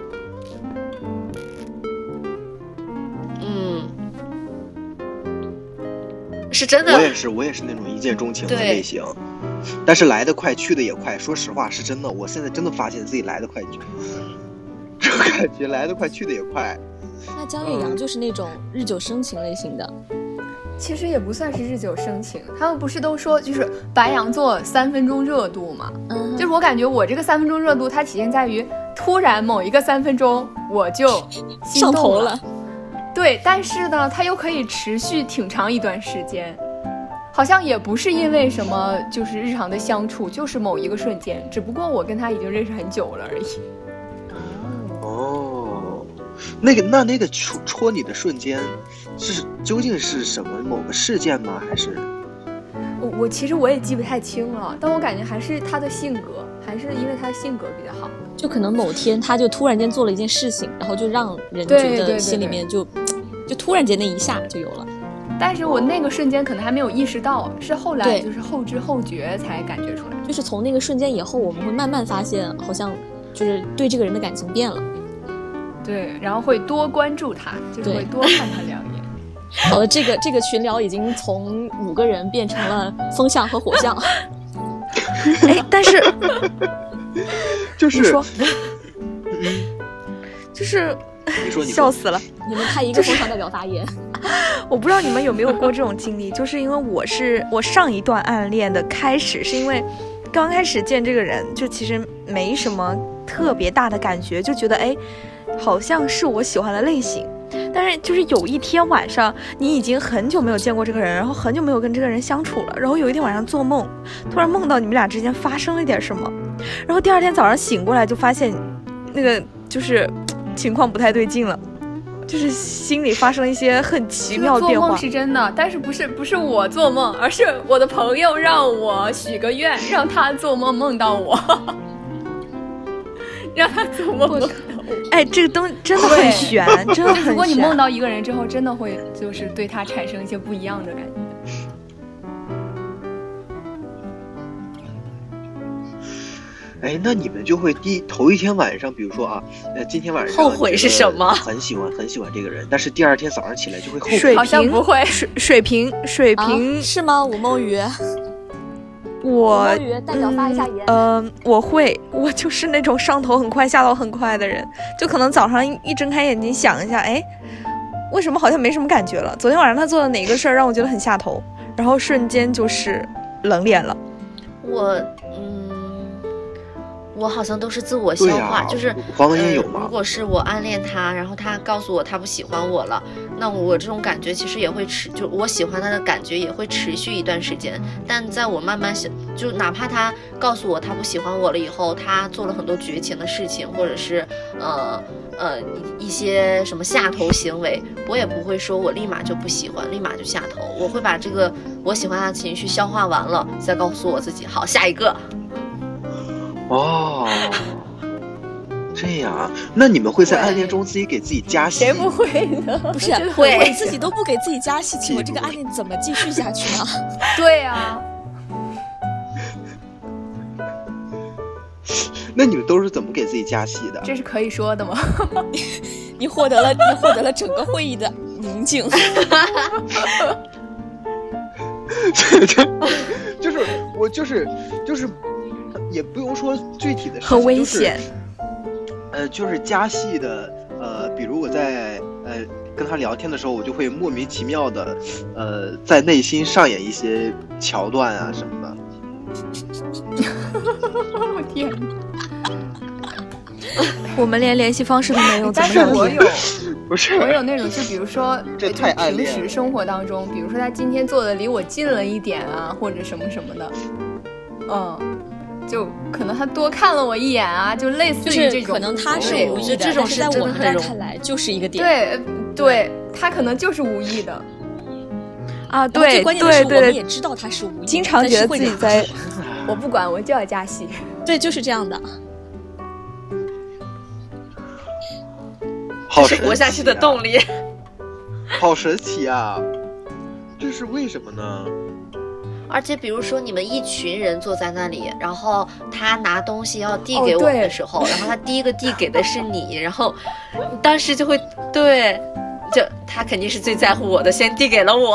是真的。 我也是那种一见钟情的类型，但是来得快去得也快。说实话是真的，我现在真的发现自己来得快，这感觉来得快去得也快。 那江月阳就是那种日久生情类型的。 其实也不算是日久生情，他们不是都说就是白羊座3分钟热度嘛？就是我感觉我这个3分钟热度，它体现在于突然某一个3分钟我就心动上头了。 对，但是呢，它又可以持续挺长一段时间，好像也不是因为什么，就是日常的相处，就是某一个瞬间，只不过我跟他已经认识很久了而已。 哦，那个戳你的瞬间，究竟是什么某个事件吗？还是？ 我其实我也记不太清了，但我感觉还是他的性格，还是因为他的性格比较好。 就可能某天他就突然间做了一件事情，然后就让人觉得心里面就突然间那一下就有了。 但是我那个瞬间可能还没有意识到，是后来就是后知后觉才感觉出来。 就是从那个瞬间以后，我们会慢慢发现，好像就是对这个人的感情变了。 对，然后会多关注他，就是会多看他2眼。 好了，这个群聊已经从5个人变成了风象和火象。 哎，但是就是你说，就是你说笑死了。 你们派一个风象代表发言。 我不知道你们有没有过这种经历，就是因为我上一段暗恋的开始是因为刚开始见这个人，就其实没什么特别大的感觉，就觉得好像是我喜欢的类型。但是就是有一天晚上，你已经很久没有见过这个人，然后很久没有跟这个人相处了，然后有一天晚上做梦，突然梦到你们俩之间发生了点什么，然后第二天早上醒过来就发现那个就是情况不太对劲了，就是心里发生了一些很奇妙的变化。 做梦是真的，但是不是我做梦，而是我的朋友让我许个愿，让他做梦梦到我，让他做梦梦到我。 哎，这个东西真的很悬，真的很悬。 如果你梦到一个人之后，真的会就是对他产生一些不一样的感觉。 哎，那你们就会头一天晚上，比如说啊，今天晚上后悔是什么？ 很喜欢这个人，但是第二天早上起来就会后悔。 水瓶好像不会， 水瓶、 是吗？吴梦鱼， 我代表发一下言。 我就是那种上头很快下头很快的人，就可能早上一睁开眼睛想一下，哎，为什么好像没什么感觉了？昨天晚上他做的哪个事儿让我觉得很下头，然后瞬间就是冷脸了。 我好像都是自我消化，就是黄文英有吗？ 如果是我暗恋他，然后他告诉我他不喜欢我了，那我这种感觉其实也会就我喜欢他的感觉也会持续一段时间。但在我慢慢就哪怕他告诉我他不喜欢我了以后，他做了很多绝情的事情，或者是一些什么下头行为，我也不会说我立马就不喜欢，立马就下头。我会把这个我喜欢他的情绪消化完了，再告诉我自己好下一个。 哦，这样啊？那你们会在暗恋中自己给自己加戏？ 谁不会呢？ 不是，我自己都不给自己加戏，请问这个暗恋怎么继续下去呢？ 对啊。 那你们都是怎么给自己加戏的？ 这是可以说的吗？ 你获得了整个会议的宁静。就是也不用说具体的事情， 很危险。 就是加戏的，比如我在跟他聊天的时候，我就会莫名其妙的在内心上演一些桥段啊什么的。 我天！ 我们连联系方式都没有， 但是我有， 不是我有那种，就比如说， 这太暗恋了。 平时生活当中，比如说他今天坐的离我近了一点啊，或者什么什么的，就可能他多看了我一眼啊，就类似于这种， 可能他是无意的， 这种是在我们这看来就是一个点。 对，他可能就是无意的。 啊，对，关键的是我们也知道他是无意的， 经常觉得自己在， 我不管，我就要加戏。 对，就是这样的。 好神奇啊， 是活下去的动力。 好神奇啊！这是为什么呢？ 而且比如说你们一群人坐在那里，然后他拿东西要递给我们的时候，然后他第一个递给的是你，然后当时就会就他肯定是最在乎我的，先递给了我。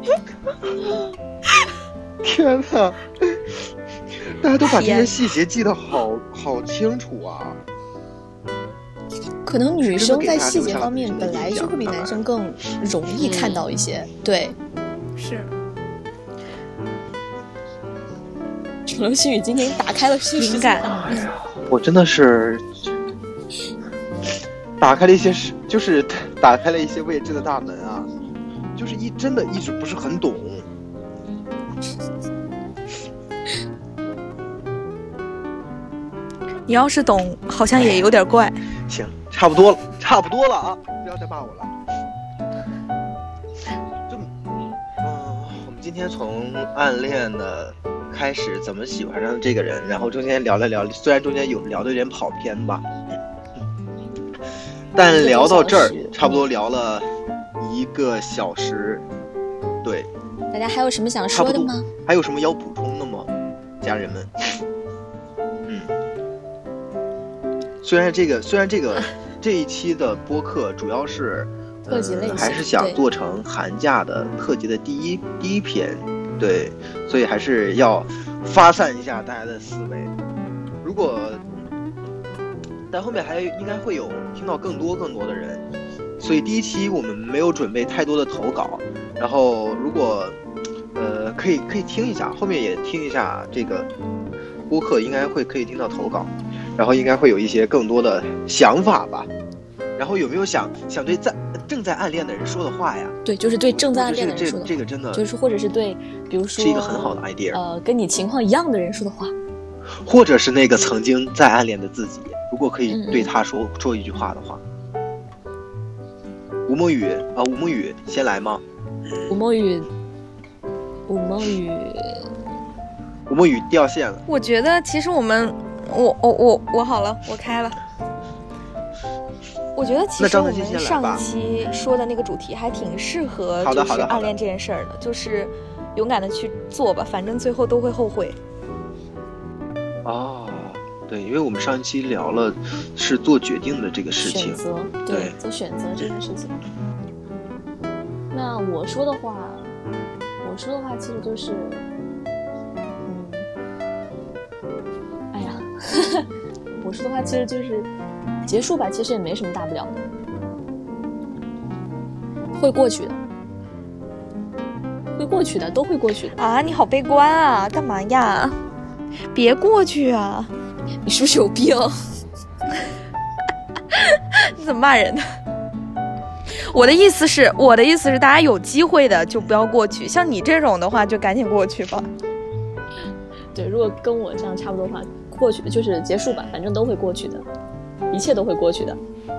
天哪！大家都把这些细节记得好清楚啊！ 可能女生在细节方面本来就会比男生更容易看到一些，对， 是。 楚留心语今天打开了新世界， 我真的是打开了一些，就是打开了一些未知的大门啊！就是真的一直不是很懂。 你要是懂，好像也有点怪。 行，差不多了啊！不要再骂我了。我们今天从暗恋的开始，怎么喜欢上这个人，然后中间聊了聊，虽然中间有聊的有点跑偏吧，但聊到这儿，差不多聊了1个小时。对， 大家还有什么想说的吗？ 还有什么要补充的吗，家人们？虽然这一期的播客主要是特辑类型， 还是想做成寒假的特辑的第一篇，对，所以还是要发散一下大家的思维。如果但后面还应该会有听到更多的人，所以第一期我们没有准备太多的投稿，然后如果可以听一下，后面也听一下这个播客，应该可以听到投稿。然后应该会有一些更多的想法吧， 然后有没有想对正在暗恋的人说的话呀？ 对，就是对正在暗恋的人说的话， 这个真的就是或者是对，比如说是一个很好的 idea。 跟你情况一样的人说的话， 或者是那个曾经在暗恋的自己，如果可以对他说一句话的话。吴梦雨先来吗？ 吴梦雨掉线了。 我觉得其实我好了，我开了。我觉得其实我们上一期说的那个主题还挺适合，就是暗恋这件事儿的，就是勇敢的去做吧，反正最后都会后悔。 哦，对，因为我们上一期聊了是做决定的这个事情， 选择，对，做选择这件事情。那我说的话其实就是，哎呀，我说的话其实就是结束吧，其实也没什么大不了的，会过去的，都会过去的啊！你好悲观啊，干嘛呀？别过去啊！ 你是不是有病？ 你怎么骂人呢？我的意思是，大家有机会的就不要过去，像你这种的话，就赶紧过去吧。 对，如果跟我这样差不多的话，过去就是结束吧，反正都会过去的，一切都会过去的。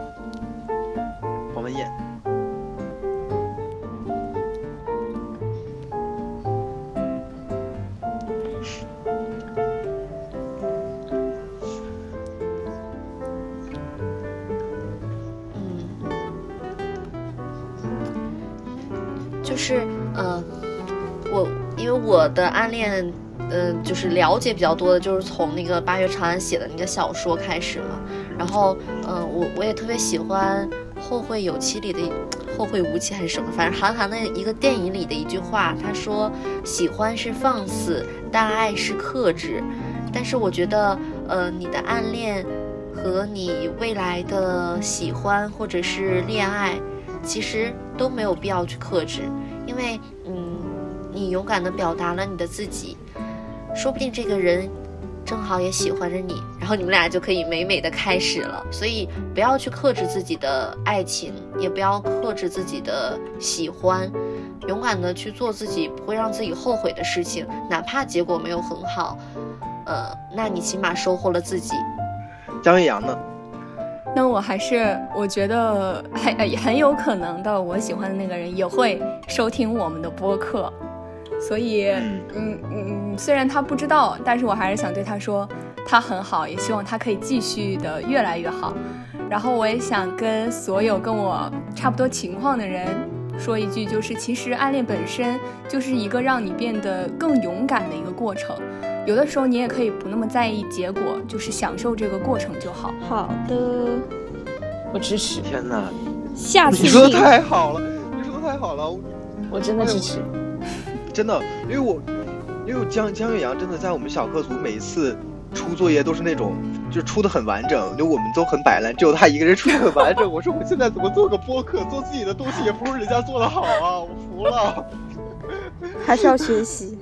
黄文燕。 就是因为我的暗恋就是了解比较多的就是从那个八月长安写的那个小说开始嘛，然后我也特别喜欢后会有期里的后会无期还是什么，反正韩寒的一个电影里的一句话，他说喜欢是放肆，但爱是克制。但是我觉得你的暗恋和你未来的喜欢或者是恋爱其实都没有必要去克制，因为你勇敢地表达了你的自己，说不定这个人正好也喜欢着你，然后你们俩就可以美美的开始了。所以不要去克制自己的爱情，也不要克制自己的喜欢，勇敢地去做自己不会让自己后悔的事情，哪怕结果没有很好，那你起码收获了自己。 江岳阳呢？ 那我觉得很有可能的，我喜欢的那个人也会收听我们的播客，所以虽然他不知道，但是我还是想对他说他很好，也希望他可以继续的越来越好。然后我也想跟所有跟我差不多情况的人说一句，就是其实暗恋本身就是一个让你变得更勇敢的一个过程，有的时候你也可以不那么在意结果，就是享受这个过程就好。 好的， 我支持。 天哪， 下次你说的太好了， 我真的支持。 真的，因为江岳阳真的在我们小课组每一次出作业都是那种就是出的很完整，就我们都很摆烂，只有他一个人出的很完整。我说我现在怎么做个播客，做自己的东西也不如人家做的好啊，我服了。 还是要学习。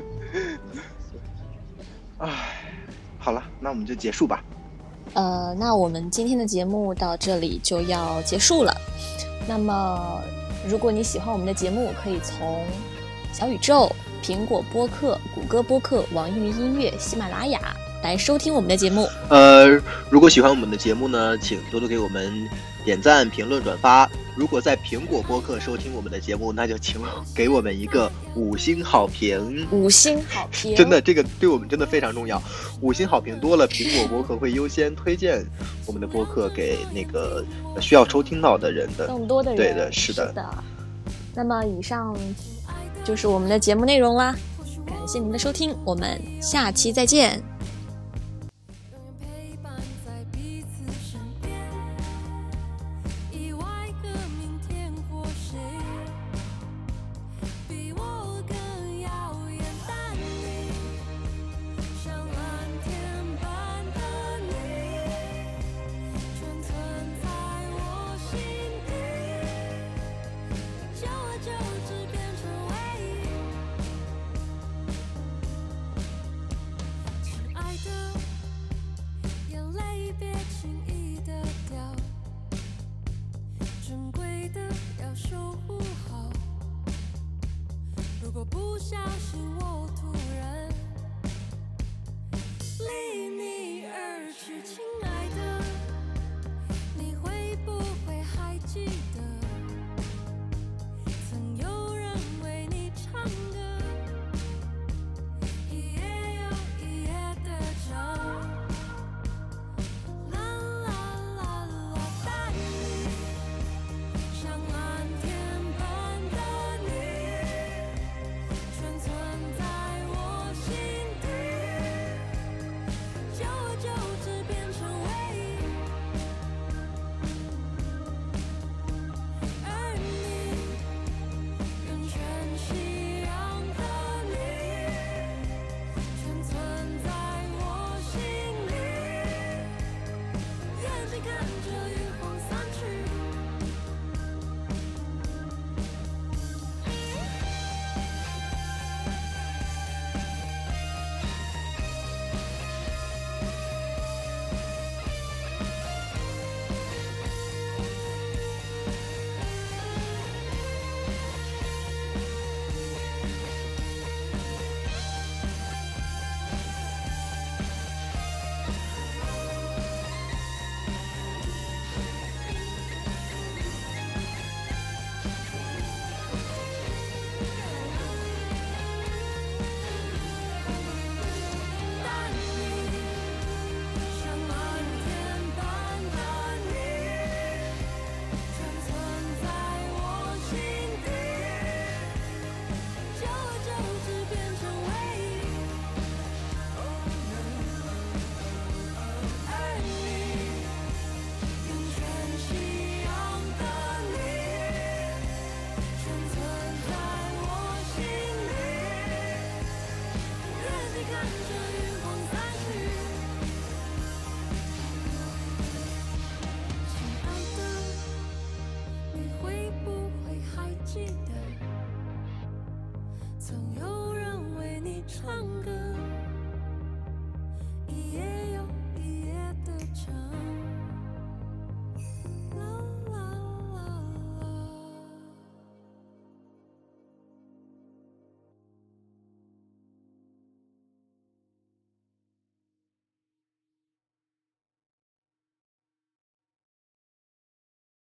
唉，好了，那我们就结束吧。 那我们今天的节目到这里就要结束了。那么，如果你喜欢我们的节目，可以从小宇宙、苹果播客、谷歌播客、网易云音乐、喜马拉雅来收听我们的节目。 如果喜欢我们的节目呢，请多多给我们点赞、评论、转发。如果在苹果播客收听我们的节目，那就请给我们一个5星好评。 5星好评， 真的，这个对我们真的非常重要。5星好评多了，苹果播客会优先推荐我们的播客给那个需要收听到的人的， 更多的人。 对的，是的。 那么以上就是我们的节目内容啦，感谢您的收听，我们下期再见。 记得要守护好。如果不小心我突然离你